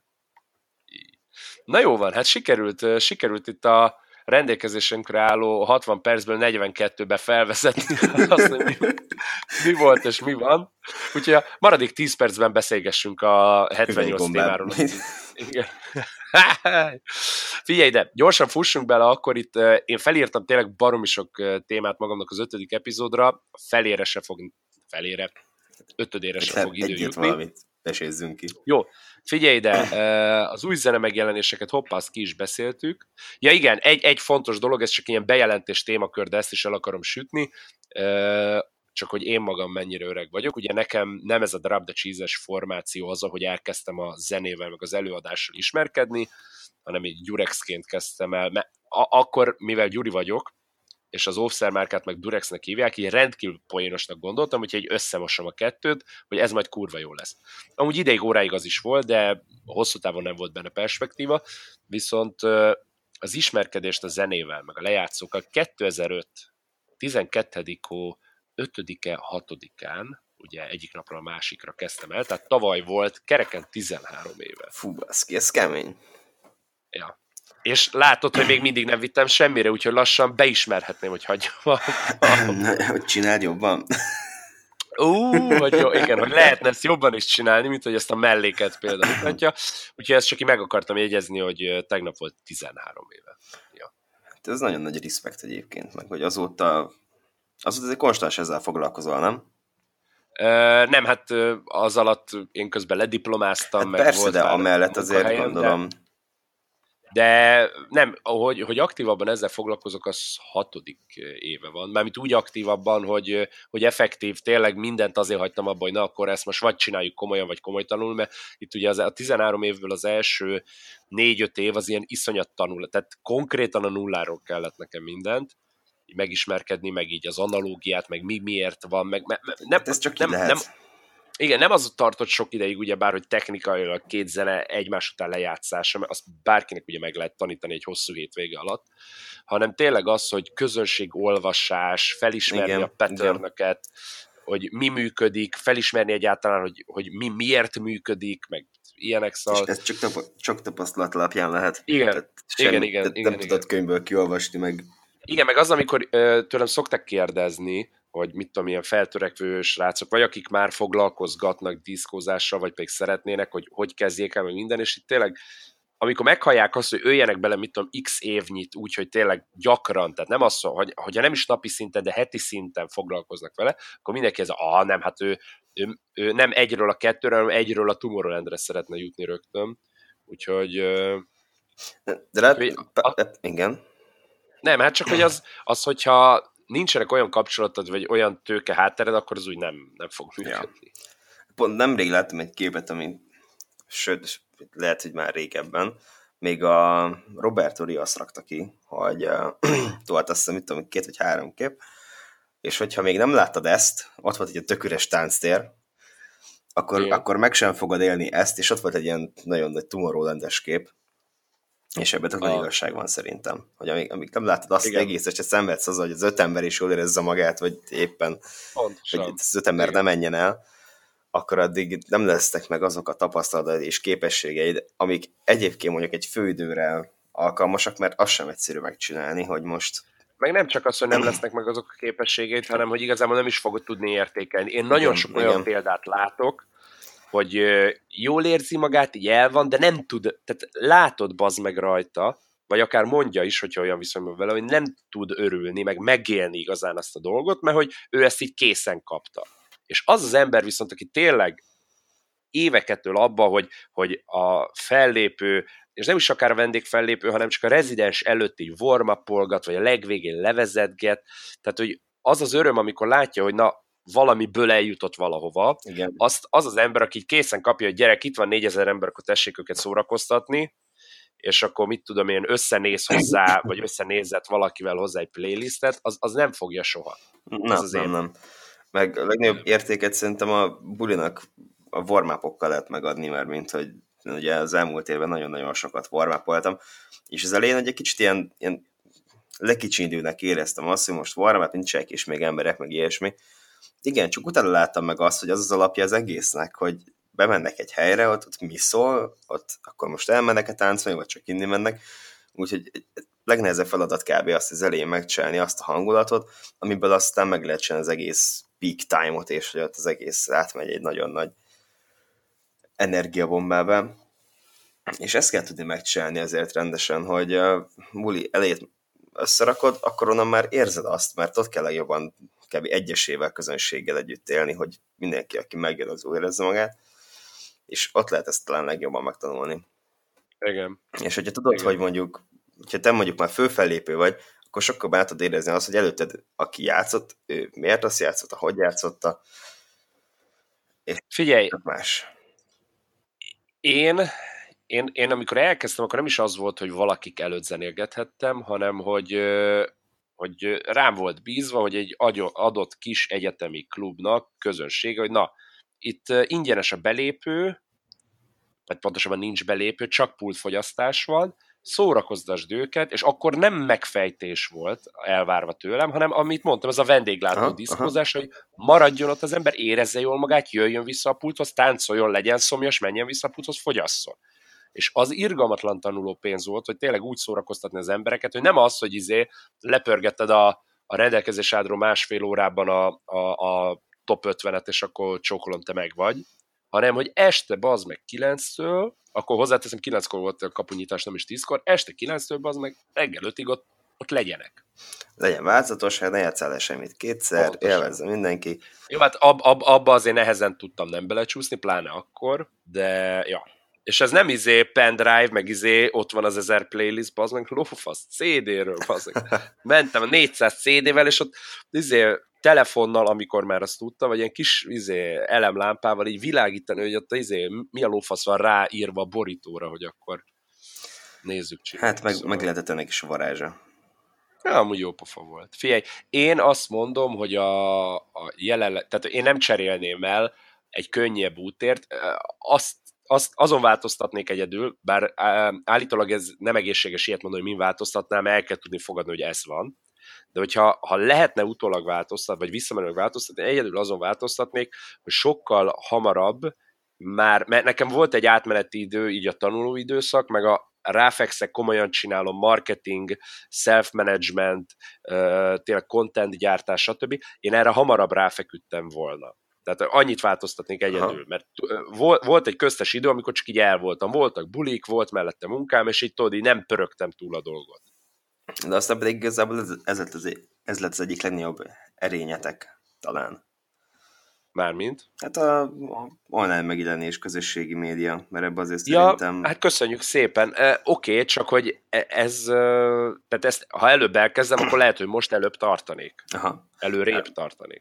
Na jó van, hát sikerült, sikerült itt a rendelkezésünkre álló hatvan percből negyvenkettőbe felvezetni azt, hogy mi, mi volt és mi van. Úgyhogy a maradék tíz percben beszélgessünk a hetvennyolc témáról. Igen. Figyelj ide, gyorsan fussunk bele, akkor itt én felírtam tényleg baromi sok témát magamnak az ötödik epizódra, felére se fog, felére, ötödére se fog idő jutni. Valamit pesézzünk ki. Jó, figyelj ide, az új zene megjelenéseket hoppá, azt ki is beszéltük. Ja igen, egy, egy fontos dolog, ez csak ilyen bejelentés témakör, de ezt is el akarom sütni, csak hogy én magam mennyire öreg vagyok. Ugye nekem nem ez a Drop the Cheese-es formáció az, ahogy elkezdtem a zenével, meg az előadással ismerkedni, hanem így Durexként kezdtem el, mert akkor, mivel Gyuri vagyok, és az Offszer márkát meg Durexnek hívják, így rendkívül poénosnak gondoltam, úgyhogy összemosom a kettőt, hogy ez majd kurva jó lesz. Amúgy ideig óráig az is volt, de hosszú távon nem volt benne perspektíva, viszont az ismerkedést a zenével, meg a lejátszókkal kétezer-öt tizenkettő hó ötödike hatodikán, ugye egyik napra a másikra kezdtem el, tehát tavaly volt kereken tizenhárom éve. Fú, baszki, ez kemény. Ja. És látod, hogy még mindig nem vittem semmire, úgyhogy lassan beismerhetném, hogy hagyjam. Hogy csináld jobban? Ú, hogy jó, igen, hogy lehetne ezt jobban is csinálni, mint hogy ezt a melléket például mutatja. Úgyhogy ezt csak így meg akartam jegyezni, hogy tegnap volt tizenhárom éve. Ja. Hát ez nagyon nagy respekt egyébként, meg hogy azóta, azóta azért konstans ezzel foglalkozol, nem? Uh, nem, hát az alatt én közben lediplomáztam. Hát meg persze, volt de amellett azért gondolom... De... De nem, hogy, hogy aktívabban ezzel foglalkozok, az hatodik éve van. Mármint úgy aktívabban, hogy, hogy effektív, tényleg mindent azért hagytam abba, hogy na, akkor ezt most vagy csináljuk komolyan, vagy komolytalanul, mert itt ugye az, a tizenhárom évből az első négy-öt év az ilyen iszonyat tanul. Tehát konkrétan a nulláról kellett nekem mindent, megismerkedni, meg így az analógiát, meg mi miért van, meg me, me, nem, hát ez csak nem, lehet. nem, igen, nem az tartott sok ideig, ugyebár, hogy technikailag két zene egymás után lejátszása, mert azt bárkinek ugye meg lehet tanítani egy hosszú hétvége alatt, hanem tényleg az, hogy közönségolvasás, felismerni igen, a patternöket, hogy mi működik, felismerni egyáltalán, hogy, hogy mi miért működik, meg ilyenek szal. És ez csak, tap- csak tapasztalat alapján lehet. Igen, tehát igen, semmi, igen. Tehát igen, nem igen. tudod könyvből kiolvasni, meg... Igen, meg az, amikor ö, tőlem szoktak kérdezni, hogy mit tudom, ilyen feltörekvő srácok, vagy akik már foglalkozgatnak diszkózással, vagy pedig szeretnének, hogy hogy kezdjék el, meg minden, és itt tényleg, amikor meghallják azt, hogy öljenek bele, mit tudom, x évnyit, úgyhogy tényleg gyakran, tehát nem az, hogy, hogyha nem is napi szinten, de heti szinten foglalkoznak vele, akkor mindenki ez, ah, nem, hát ő, ő, ő nem egyről a kettőre, hanem egyről a Tomorrowlandre szeretne jutni rögtön. Úgyhogy... De, de lehet, úgyhogy a, igen. Nem, hát csak, hogy az, az, hogyha nincsenek olyan kapcsolatod, vagy olyan tőke háttered, akkor az úgy nem, nem fog működni. Ja. Pont nemrég láttam egy képet, ami, sőt, lehet, hogy már régebben, még a Roberto Rios rakta ki, hogy uh, tovább azt hiszem, mit tudom, két vagy három kép, és hogyha még nem láttad ezt, ott volt egy a tök üres tánctér, akkor, akkor meg sem fogod élni ezt, és ott volt egy ilyen nagyon nagy Tomorrowland-es kép, és ebben tök nagy igazság van szerintem, hogy amíg, amíg nem látod azt igen. egész, és te szenvedsz az, hogy az öt ember is jól érezze magát, vagy éppen, pontosan. hogy az öt ember igen. ne menjen el, akkor addig nem lesznek meg azok a tapasztalatai és képességeid, amik egyébként mondjuk egy főidőre alkalmasak, mert az sem egyszerű megcsinálni, hogy most... Meg nem csak az, hogy nem lesznek meg azok a képességeid, hanem hogy igazából nem is fogod tudni értékelni. Én nagyon igen, sok igen. olyan példát látok, hogy jól érzi magát, így el van, de nem tud, tehát látod bazd meg rajta, vagy akár mondja is, hogyha olyan viszonyban vele, hogy nem tud örülni, meg megélni igazán azt a dolgot, mert hogy ő ezt így készen kapta. És az az ember viszont, aki tényleg éveket öl abba, hogy, hogy a fellépő, és nem is akár a vendégfellépő, hanem csak a rezidens előtt így warm-upolgat, vagy a legvégén levezetget, tehát hogy az az öröm, amikor látja, hogy na, valamiből eljutott valahova, igen. Azt, az az ember, aki készen kapja, hogy gyerek, itt van négyezer ember, akkor tessék őket szórakoztatni, és akkor mit tudom én, összenéz hozzá, vagy összenézett valakivel hozzá egy playlistet, az, az nem fogja soha. Nem, az az nem, nem. Meg a legnagyobb értéket szerintem a bulinak a warm-upokkal lehet megadni, mert mint hogy ugye az elmúlt évben nagyon-nagyon sokat warm-upoltam, és az elején egy kicsit ilyen, ilyen lekicsinydőnek éreztem azt, hogy most warm-up, nincsenek és még emberek, meg ilyesmi. Igen, csak utána láttam meg azt, hogy az az alapja az egésznek, hogy bemennek egy helyre, ott, ott mi szól, ott akkor most elmennek-e táncolni, vagy csak inni mennek. Úgyhogy legnehezebb feladat kb. Azt az elején megcsinálni azt a hangulatot, amiből aztán meg lehet csinálni az egész peak time-ot, és hogy ott az egész átmegy egy nagyon nagy energiabombába. És ezt kell tudni megcsinálni azért rendesen, hogy a buli elejét összerakod, akkor onnan már érzed azt, mert ott kell legjobban kb. Egyesével, közönséggel együtt élni, hogy mindenki, aki megjön, az úgy érezze magát, és ott lehet ezt talán legjobban megtanulni. Igen. És hogyha tudod, igen. hogy mondjuk, hogyha te mondjuk már főfellépő vagy, akkor sokkal be tudod érezni azt, hogy előtted, aki játszott, ő miért azt játszotta, hogy játszotta, és figyelj, más. Én, én, én amikor elkezdtem, akkor nem is az volt, hogy valakik előtt zenélgethettem, hanem hogy, hogy rám volt bízva, hogy egy adott kis egyetemi klubnak közönsége, hogy na, itt ingyenes a belépő, vagy pontosabban nincs belépő, csak pultfogyasztás van, szórakoztasd őket, és akkor nem megfejtés volt elvárva tőlem, hanem amit mondtam, ez a vendéglátó aha, diszkózás, aha. hogy maradjon ott az ember, érezze jól magát, jöjjön vissza a pulthoz, táncoljon, legyen szomjas, menjen vissza a pulthoz, fogyasszon. És az irgalmatlan tanuló pénz volt, hogy tényleg úgy szórakoztatni az embereket, hogy nem az, hogy izé lepörgetted a, a rendelkezés álló másfél órában a, a, a top ötvenet, és akkor csókolom, te meg vagy, hanem, hogy este bazd meg kilenctől, akkor hozzáteszem, kilenckor volt a kapunyítás, nem is tízkor, este kilenctől bazd meg reggel ötig ott, ott legyenek. Legyen változatos, hát ne játsszál le semmit kétszer, élvezze mindenki. Jó, hát ab, ab, abba azért nehezen tudtam nem belecsúszni, pláne akkor, de ja. És ez nem izé pendrive, meg izé, ott van az ezer playlist, bazd meg, lófasz, cé dé-ről, bazd meg. Mentem négyszáz cé dé-vel, és ott izé, telefonnal, amikor már azt tudta, vagy ilyen kis izé, elemlámpával így világítani, hogy ott izé, mi a lófasz van ráírva a borítóra, hogy akkor nézzük, csináljuk. Hát meg, szóval. meg lehetett ennek is a varázsa. Ja, amúgy jó pofa volt. Figyelj, én azt mondom, hogy a, a jelenleg, tehát én nem cserélném el egy könnyebb útért, azt, azt, azon változtatnék egyedül, bár állítólag ez nem egészséges ilyet mondani, hogy min változtatnám, mert el kell tudni fogadni, hogy ez van. De hogyha ha lehetne utólag változtatni, vagy visszamenőleg változtatni, egyedül azon változtatnék, hogy sokkal hamarabb már, mert nekem volt egy átmeneti idő, így a tanulóidőszak, meg a ráfekszek, komolyan csinálom, marketing, self-management, tényleg content gyártás, stb. Én erre hamarabb ráfeküdtem volna. Tehát annyit változtatnék egyedül, aha, mert volt egy köztes idő, amikor csak így el voltam. Voltak bulik, volt mellette munkám, és így tudod, így nem pörögtem túl a dolgot. De aztán pedig igazából ez, ez, lett az, ez lett az egyik legnagyobb erényetek, talán. Mármint? Hát a, a online megjelenés, közösségi média, mert ebben azért ja, szerintem... hát köszönjük szépen. E, Oké, okay, csak hogy ez, tehát ezt, ha előbb elkezdem, akkor lehet, hogy most előbb tartanék. Aha. Előrébb hát. tartanék.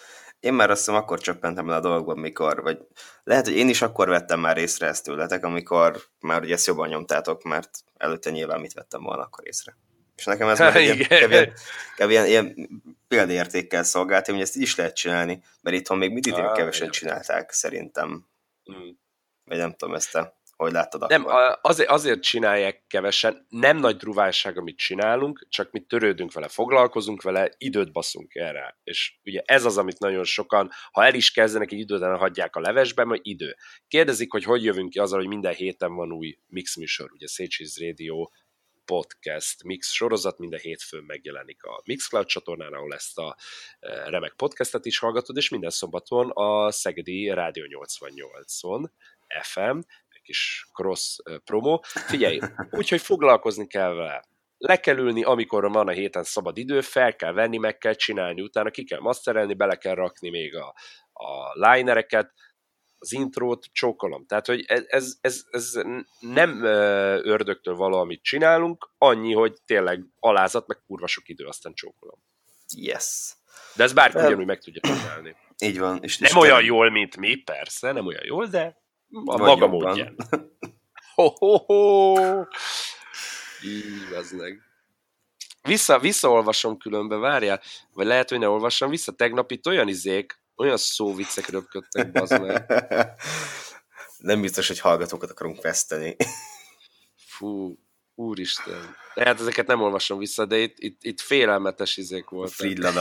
Én már azt hiszem akkor csöppentem el a dolgokban, mikor, vagy lehet, hogy én is akkor vettem már észre ezt tőletek, amikor már ugye ezt jobban nyomtátok, mert előtte nyilván mit vettem volna akkor észre. És nekem ez már egy ilyen, ilyen, ilyen példaértékkel szolgált, hogy ezt így is lehet csinálni, mert itthon még mindig ah, kevesen igen. csinálták, szerintem. Mm. Vagy nem tudom, ezt te hogy láttad akkor? Nem, azért, azért csinálják kevesen, nem nagy druványság, amit csinálunk, csak mi törődünk vele, foglalkozunk vele, időt baszunk erre. És ugye ez az, amit nagyon sokan, ha el is kezdenek, egy időt hagyják a levesbe, majd idő. Kérdezik, hogy hogy jövünk ki azzal, hogy minden héten van új mix műsor, ugye Széchenyi Radio podcast mix sorozat, minden hétfőn megjelenik a Mixcloud csatornán, ahol ezt a remek podcastet is hallgatod, és minden szombaton a Szegedi Rádió nyolcvannyolcon ef em, kis cross promo. Figyelj, úgyhogy foglalkozni kell vele. Le kell ülni, amikor van a héten szabad idő, fel kell venni, meg kell csinálni, utána ki kell masterelni, bele kell rakni még a, a linereket, az intrót, csókolom. Tehát, hogy ez, ez, ez, ez nem ördögtől való, amit csinálunk, annyi, hogy tényleg alázat, meg kurva sok idő, aztán csókolom. Yes. De ez bárki ugyanúgy meg tudja csinálni. Így van. És nem olyan jól, mint mi, persze, nem olyan jól, de a maga módján. Ho-ho-ho! Így, az meg. Vissza, visszaolvasom különben, várjál, vagy lehet, hogy ne olvassam vissza, tegnap itt olyan izék, olyan szóviccek röpködtek, bazd meg. Nem biztos, hogy hallgatókat akarunk veszteni. Fú, úristen. Hát ezeket nem olvasom vissza, de itt, itt, itt félelmetes izék voltak. Fridlada.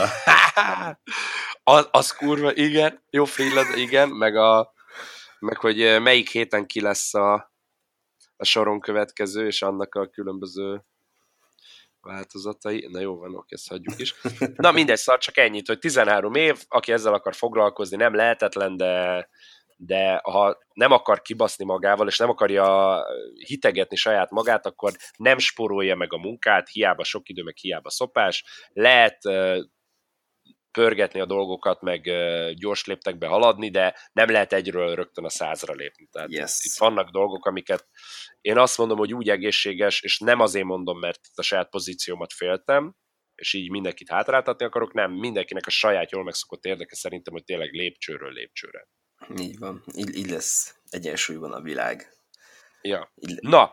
az, az kurva, igen, jó Fridlada, igen, meg a meg hogy melyik héten ki lesz a, a soron következő, és annak a különböző változatai. Na jó van, oké, ezt hagyjuk is. Na mindegy, szóval csak ennyit, hogy tizenhárom év, aki ezzel akar foglalkozni, nem lehetetlen, de, de ha nem akar kibaszni magával, és nem akarja hitegetni saját magát, akkor nem spórolja meg a munkát, hiába sok idő, meg hiába szopás. Lehet pörgetni a dolgokat, meg gyors léptekbe haladni, de nem lehet egyről rögtön a százra lépni. Tehát yes. Itt vannak dolgok, amiket én azt mondom, hogy úgy egészséges, és nem azért mondom, mert itt a saját pozíciómat féltem, és így mindenkit hátráltatni akarok, nem, mindenkinek a saját jól megszokott érdeke szerintem, hogy tényleg lépcsőről lépcsőre. Így van, így, így lesz egyensúlyban a világ. Ja. Így... Na,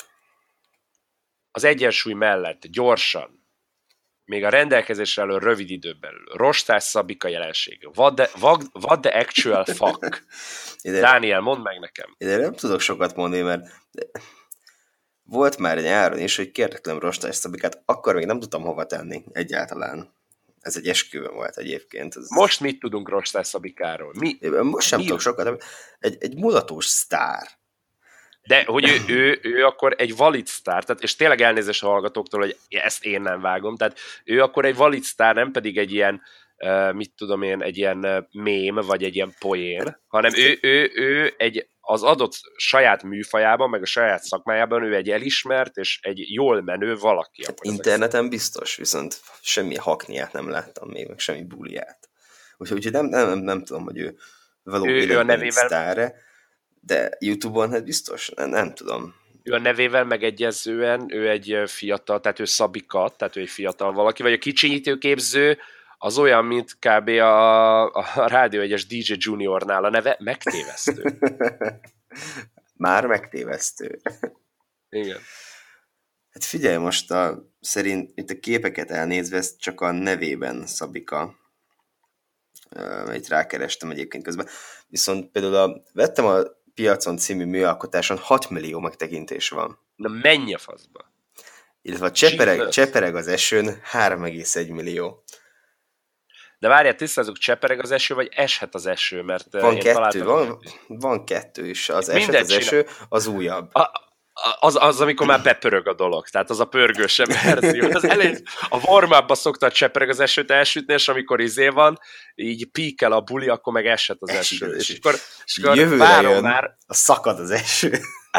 az egyensúly mellett gyorsan, még a rendelkezésre álló rövid időn belül. Rostás Szabika jelensége. What the, what, what the actual fuck? Ide, Dániel, mondd meg nekem. Ide nem tudok sokat mondani, mert volt már egy áron is, hogy kérdeklem Rostás Szabikát, akkor még nem tudtam hova tenni egyáltalán. Ez egy esküvőm volt egyébként. Ez... Most mit tudunk Rostás Szabikáról? Mi? Most sem Mi? tudok sokat. Egy, egy mulatós sztár. De hogy ő, ő, ő akkor egy valid sztár, tehát, és tényleg elnézést a hallgatóktól, hogy ezt én nem vágom, tehát ő akkor egy valid sztár, nem pedig egy ilyen, uh, mit tudom én, egy ilyen mém, vagy egy ilyen poén, hanem ő, ő, ő egy, az adott saját műfajában, meg a saját szakmájában ő egy elismert, és egy jól menő valaki. Hát interneten biztos, viszont semmi hakniát nem láttam még, meg semmi buliát. Úgyhogy nem, nem, nem, nem tudom, hogy ő való ő, ő a nevével... sztár-e, De YouTube-on hát biztos, nem, nem tudom. Ő a nevével megegyezően, ő egy fiatal, tehát ő Szabika, tehát ő egy fiatal valaki, vagy a kicsinyítőképző, az olyan, mint kb. a, a Rádió egyes dé dzsé Juniornál a neve megtévesztő. Már megtévesztő. Igen. Hát figyelj, most a, szerint itt a képeket elnézve, ez csak a nevében Szabika. Uh, itt rákerestem egyébként közben. Viszont például a, vettem a Piacon című műalkotáson hat millió megtekintés van. Na menj a faszba. Illetve a Csepereg, Csepereg az esőn három egész egy millió. De várjál, tisztázzuk, csepereg az eső, vagy eshet az eső? Mert van én kettő, van, van kettő is. Az eshet az csinál. Eső, az újabb. A, az, az, amikor már bepörög a dolog, tehát az a pörgősebb verzió. Az elején, a warm-upba szokta a csepereg az esőt elsütni, és amikor izé van, így píkel a buli, akkor meg eshet az eső. eső. És akkor, és akkor jövőre jön már... a szakad az eső.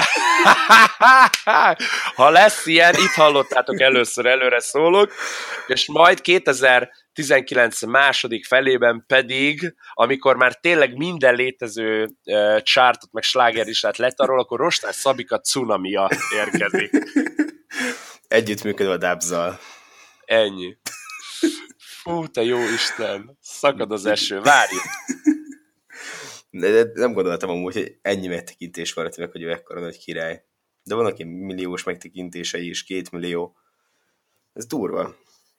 Ha lesz ilyen, itt hallottátok először, előre szólok, és majd kétezer-tizenkilenc második felében pedig, amikor már tényleg minden létező uh, chartot, meg slágerlistát letarol, akkor Rostás Szabika cunamia érkezik. Együttműködve a Dubs-zal. Ennyi. Fú, te jó Isten, szakad az eső, várjuk. De, de nem gondoltam amúgy, hogy ennyi megtekintés van, meg, hogy ő ekkora nagy király. De vannak ilyen milliós megtekintései is, két millió. Ez durva.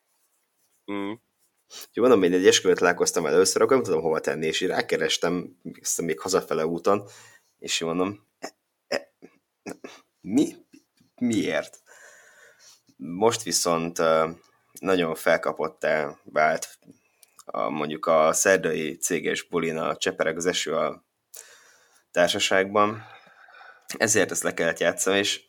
Mm. Ha mondom, én egy esküvőt találkoztam először, akkor nem tudom hova tenni, és így rákerestem, aztán még hazafele úton, és mondom, e, e, mi? Miért? Most viszont nagyon felkapottá vált a, mondjuk a szerdai céges bulin a Csepereg az eső a társaságban, ezért ezt le kellett játszani, és,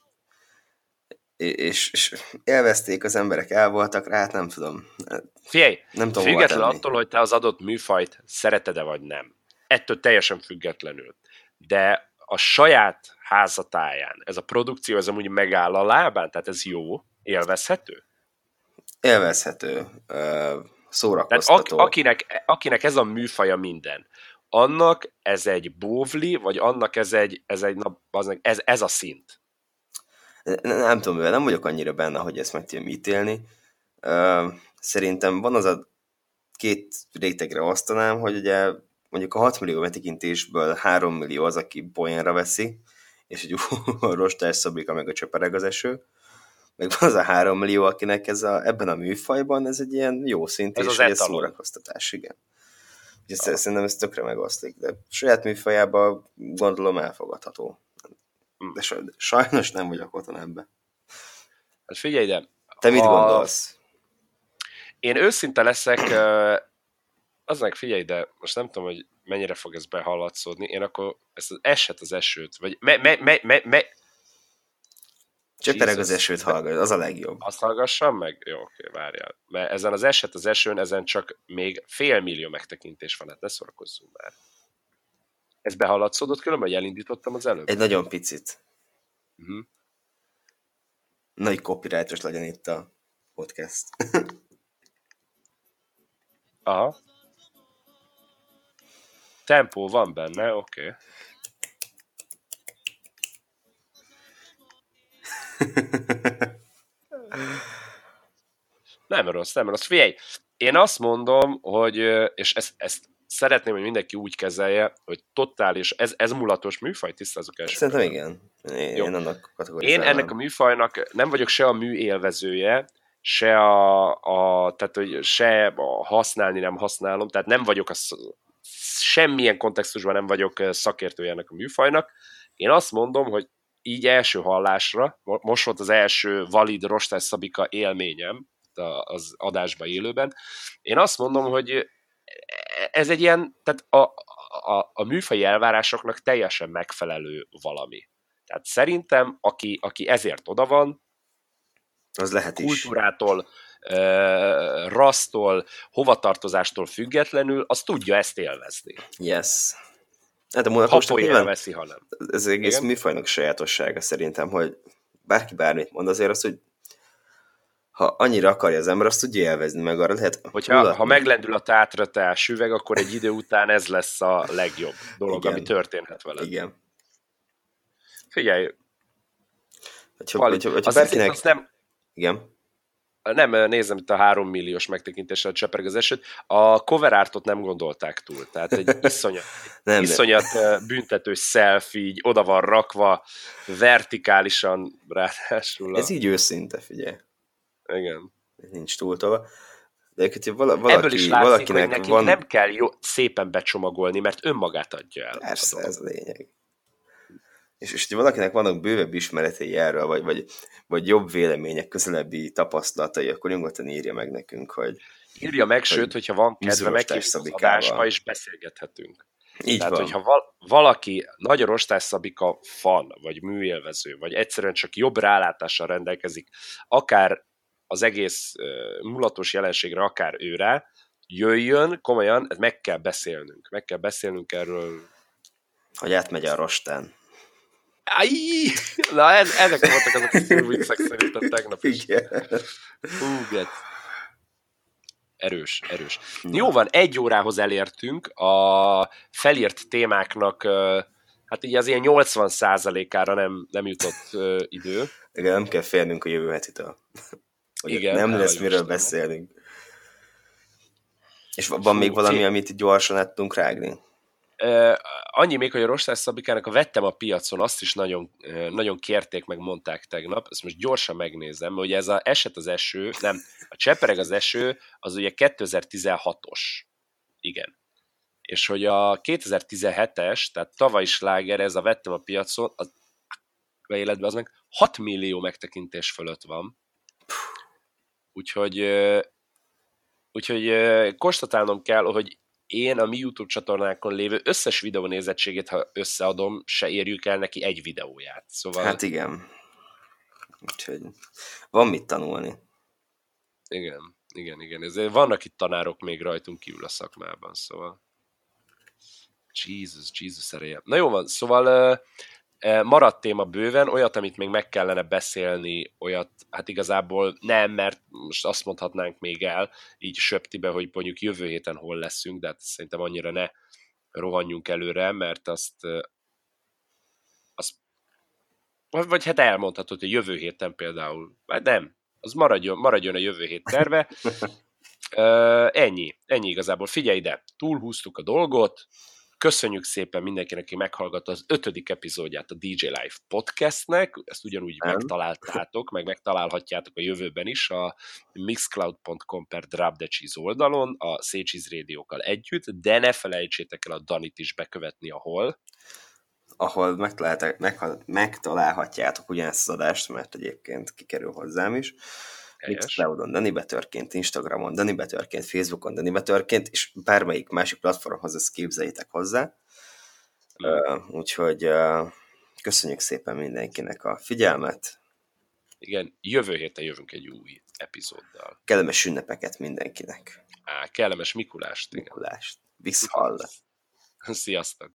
és, és élvezték az emberek, el voltak rá, hát nem tudom. Figyelj, nem tudom független attól, hogy te az adott műfajt szereted-e vagy nem. Ettől teljesen függetlenül. De a saját házatáján ez a produkció, ez amúgy megáll a lábán, tehát ez jó, élvezhető? Élvezhető, szórakoztató. Tehát ak- akinek, akinek ez a műfaja minden, annak ez egy bóvli, vagy annak ez egy, ez, egy, na, az, ez, ez a szint. Nem, nem tudom, mivel nem vagyok annyira benne, hogy ezt meg tudom ítélni. Uh, szerintem van az a két rétegre osztanám, hogy ugye mondjuk a hat millió megtekintésből három millió az, aki poénra veszi, és egy a Rostás Szabika meg a Csepereg az eső. Meg van az a három millió, akinek ez a, ebben a műfajban ez egy ilyen jó szint, ez és egy szórakoztatás, igen. És ah. Szerintem ez tökre megoszlik, de saját műfajában gondolom elfogadható. De sajnos nem vagyok otthon ebbe. Hát figyelj ide. Te mit a... gondolsz? Én őszinte leszek, az meg figyelj ide, most nem tudom, hogy mennyire fog ez behallatszódni, én akkor ezt az eset az esőt, vagy me, me, me, me, me... Csepereg az esőt hallgass, az a legjobb. Azt hallgassam meg? Jó, oké, várjál. Mert ezen az eset az esőn, ezen csak még fél millió megtekintés van, hát ne szórakozzunk már. Ez behallatszódott különben, hogy elindítottam az előbb? Egy nagyon picit. Uh-huh. Nagy copyrightos legyen itt a podcast. Aha. Tempó van benne, oké. Okay. Nem rossz, nem rossz. Figyelj, én azt mondom, hogy, és ezt, ezt szeretném, hogy mindenki úgy kezelje, hogy totális, ez, ez mulatos műfaj, tisztázok első. Szerintem igen. Én, én annak Én ennek a műfajnak nem vagyok se a mű élvezője, se a, a tehát, hogy se a használni nem használom, tehát nem vagyok a, semmilyen kontextusban nem vagyok szakértője ennek a műfajnak. Én azt mondom, hogy így első hallásra, most volt az első valid Rostás Szabika élményem az adásban élőben, én azt mondom, hogy ez egy ilyen, tehát a, a, a műfaji elvárásoknak teljesen megfelelő valami. Tehát szerintem, aki, aki ezért oda van, az lehet is. Kultúrától, uh, rassztól, hovatartozástól függetlenül, az tudja ezt élvezni. Yes. Hát a ha poénra veszi, ha nem. Ez egész igen? Műfajnak sajátossága szerintem, hogy bárki bármit mond, azért az, hogy ha annyira akarja az ember, azt tudja élvezni, meg arra lehet... Hogyha ha meglendül a tátratás üveg, akkor egy idő után ez lesz a legjobb dolog, igen. Ami történhet veled. Igen. Figyelj, hogyha, Pali, hogyha, hogyha az bárkinek... azt nem... Igen. Nem nézem itt a három milliós megtekintéssel csepereg az esőt. A cover artot nem gondolták túl. Tehát egy iszonyat, nem, iszonyat nem. büntető selfie, így oda van rakva, vertikálisan ráadásul. Ez így őszinte, figyelj. Igen. Nincs túltolva. De hogyha valaki, ebből is látszik, valakinek hogy nekünk van... nem kell jó, szépen becsomagolni, mert önmagát adja el. Persze, a ez a lényeg. És, és ha valakinek vannak bővebb ismeretei erről, vagy, vagy, vagy jobb vélemények, közelebbi tapasztalatai, akkor nyugodtan írja meg nekünk, hogy... Írja meg, hogy sőt, hogyha van kedve, meghívjuk az adásba, és beszélgethetünk. Így Tehát, van. hogyha val- valaki nagy a Rostás Szabika fan, vagy műélvező, vagy egyszerűen csak jobb rálátással rendelkezik, akár az egész uh, mulatos jelenségre, akár őre, jöjjön, komolyan, meg kell beszélnünk. Meg kell beszélnünk erről. Hogy átmegy a rostán. Ajj! Na, ez, ezek voltak azok a szülviccek szerintem tegnap is. Hú, get. Erős, erős. Na. Jó van, egy órához elértünk. A felírt témáknak hát így az ilyen nyolcvan százalékára nem, nem jutott idő. Igen, nem kell félnünk a jövő hetitől. Igen, nem lesz miről beszélnünk. És van Fú, még valami, fél... amit gyorsan át tudunk rágni? Uh, annyi még, hogy a Rostás Szabikának a vettem a piacon, azt is nagyon, uh, nagyon kérték, meg mondták tegnap, ezt most gyorsan megnézem, hogy ez a eset az eső, nem, a csepereg az eső, az ugye kétezer-tizenhatos. Igen. És hogy a kétezer-tizenhetes, tehát tavalyi sláger, ez a vettem a piacon, az életben az meg hat millió megtekintés fölött van. Úgyhogy, uh, úgyhogy uh, konstatálnom kell, hogy én a mi YouTube csatornákon lévő összes videó nézettségét, ha összeadom, se érjük el neki egy videóját. Szóval... Hát igen. Úgyhogy van mit tanulni. Igen, igen, igen. Ezért vannak itt tanárok még rajtunk kívül a szakmában, szóval... Jesus, Jesus ereje. Na jó van, szóval uh, maradt téma bőven, olyat, amit még meg kellene beszélni, olyat, hát igazából nem, mert most azt mondhatnánk még el, így söptibe, hogy mondjuk jövő héten hol leszünk, de hát szerintem annyira ne rohanjunk előre, mert azt, azt vagy hát elmondhatod, hogy jövő héten például, vagy nem, az maradjon, maradjon a jövő hét terve. Uh, ennyi, ennyi igazából. Figyelj ide, túlhúztuk a dolgot, köszönjük szépen mindenkinek, aki meghallgatta az ötödik epizódját a dé dzsé Live podcastnek, ezt ugyanúgy nem. megtaláltátok, meg megtalálhatjátok a jövőben is a mixcloud pont com per Drop the Cheese oldalon, a Szécsiz Rádiókkal együtt, de ne felejtsétek el a Danit is bekövetni, ahol ahol megtalálhatjátok, megtalálhatjátok ugyanezt az adást, mert egyébként kikerül hozzám is. Mixcloudon Dani Betörként, Instagramon Dani Betörként, Facebookon Dani Betörként, és bármelyik másik platformhoz ezt képzeljétek hozzá. Mm. Uh, úgyhogy uh, köszönjük szépen mindenkinek a figyelmet. Igen, jövő héten jövünk egy új epizóddal. Kellemes ünnepeket mindenkinek. Á, kellemes Mikulást. Mikulást. Viszhall. Sziasztok.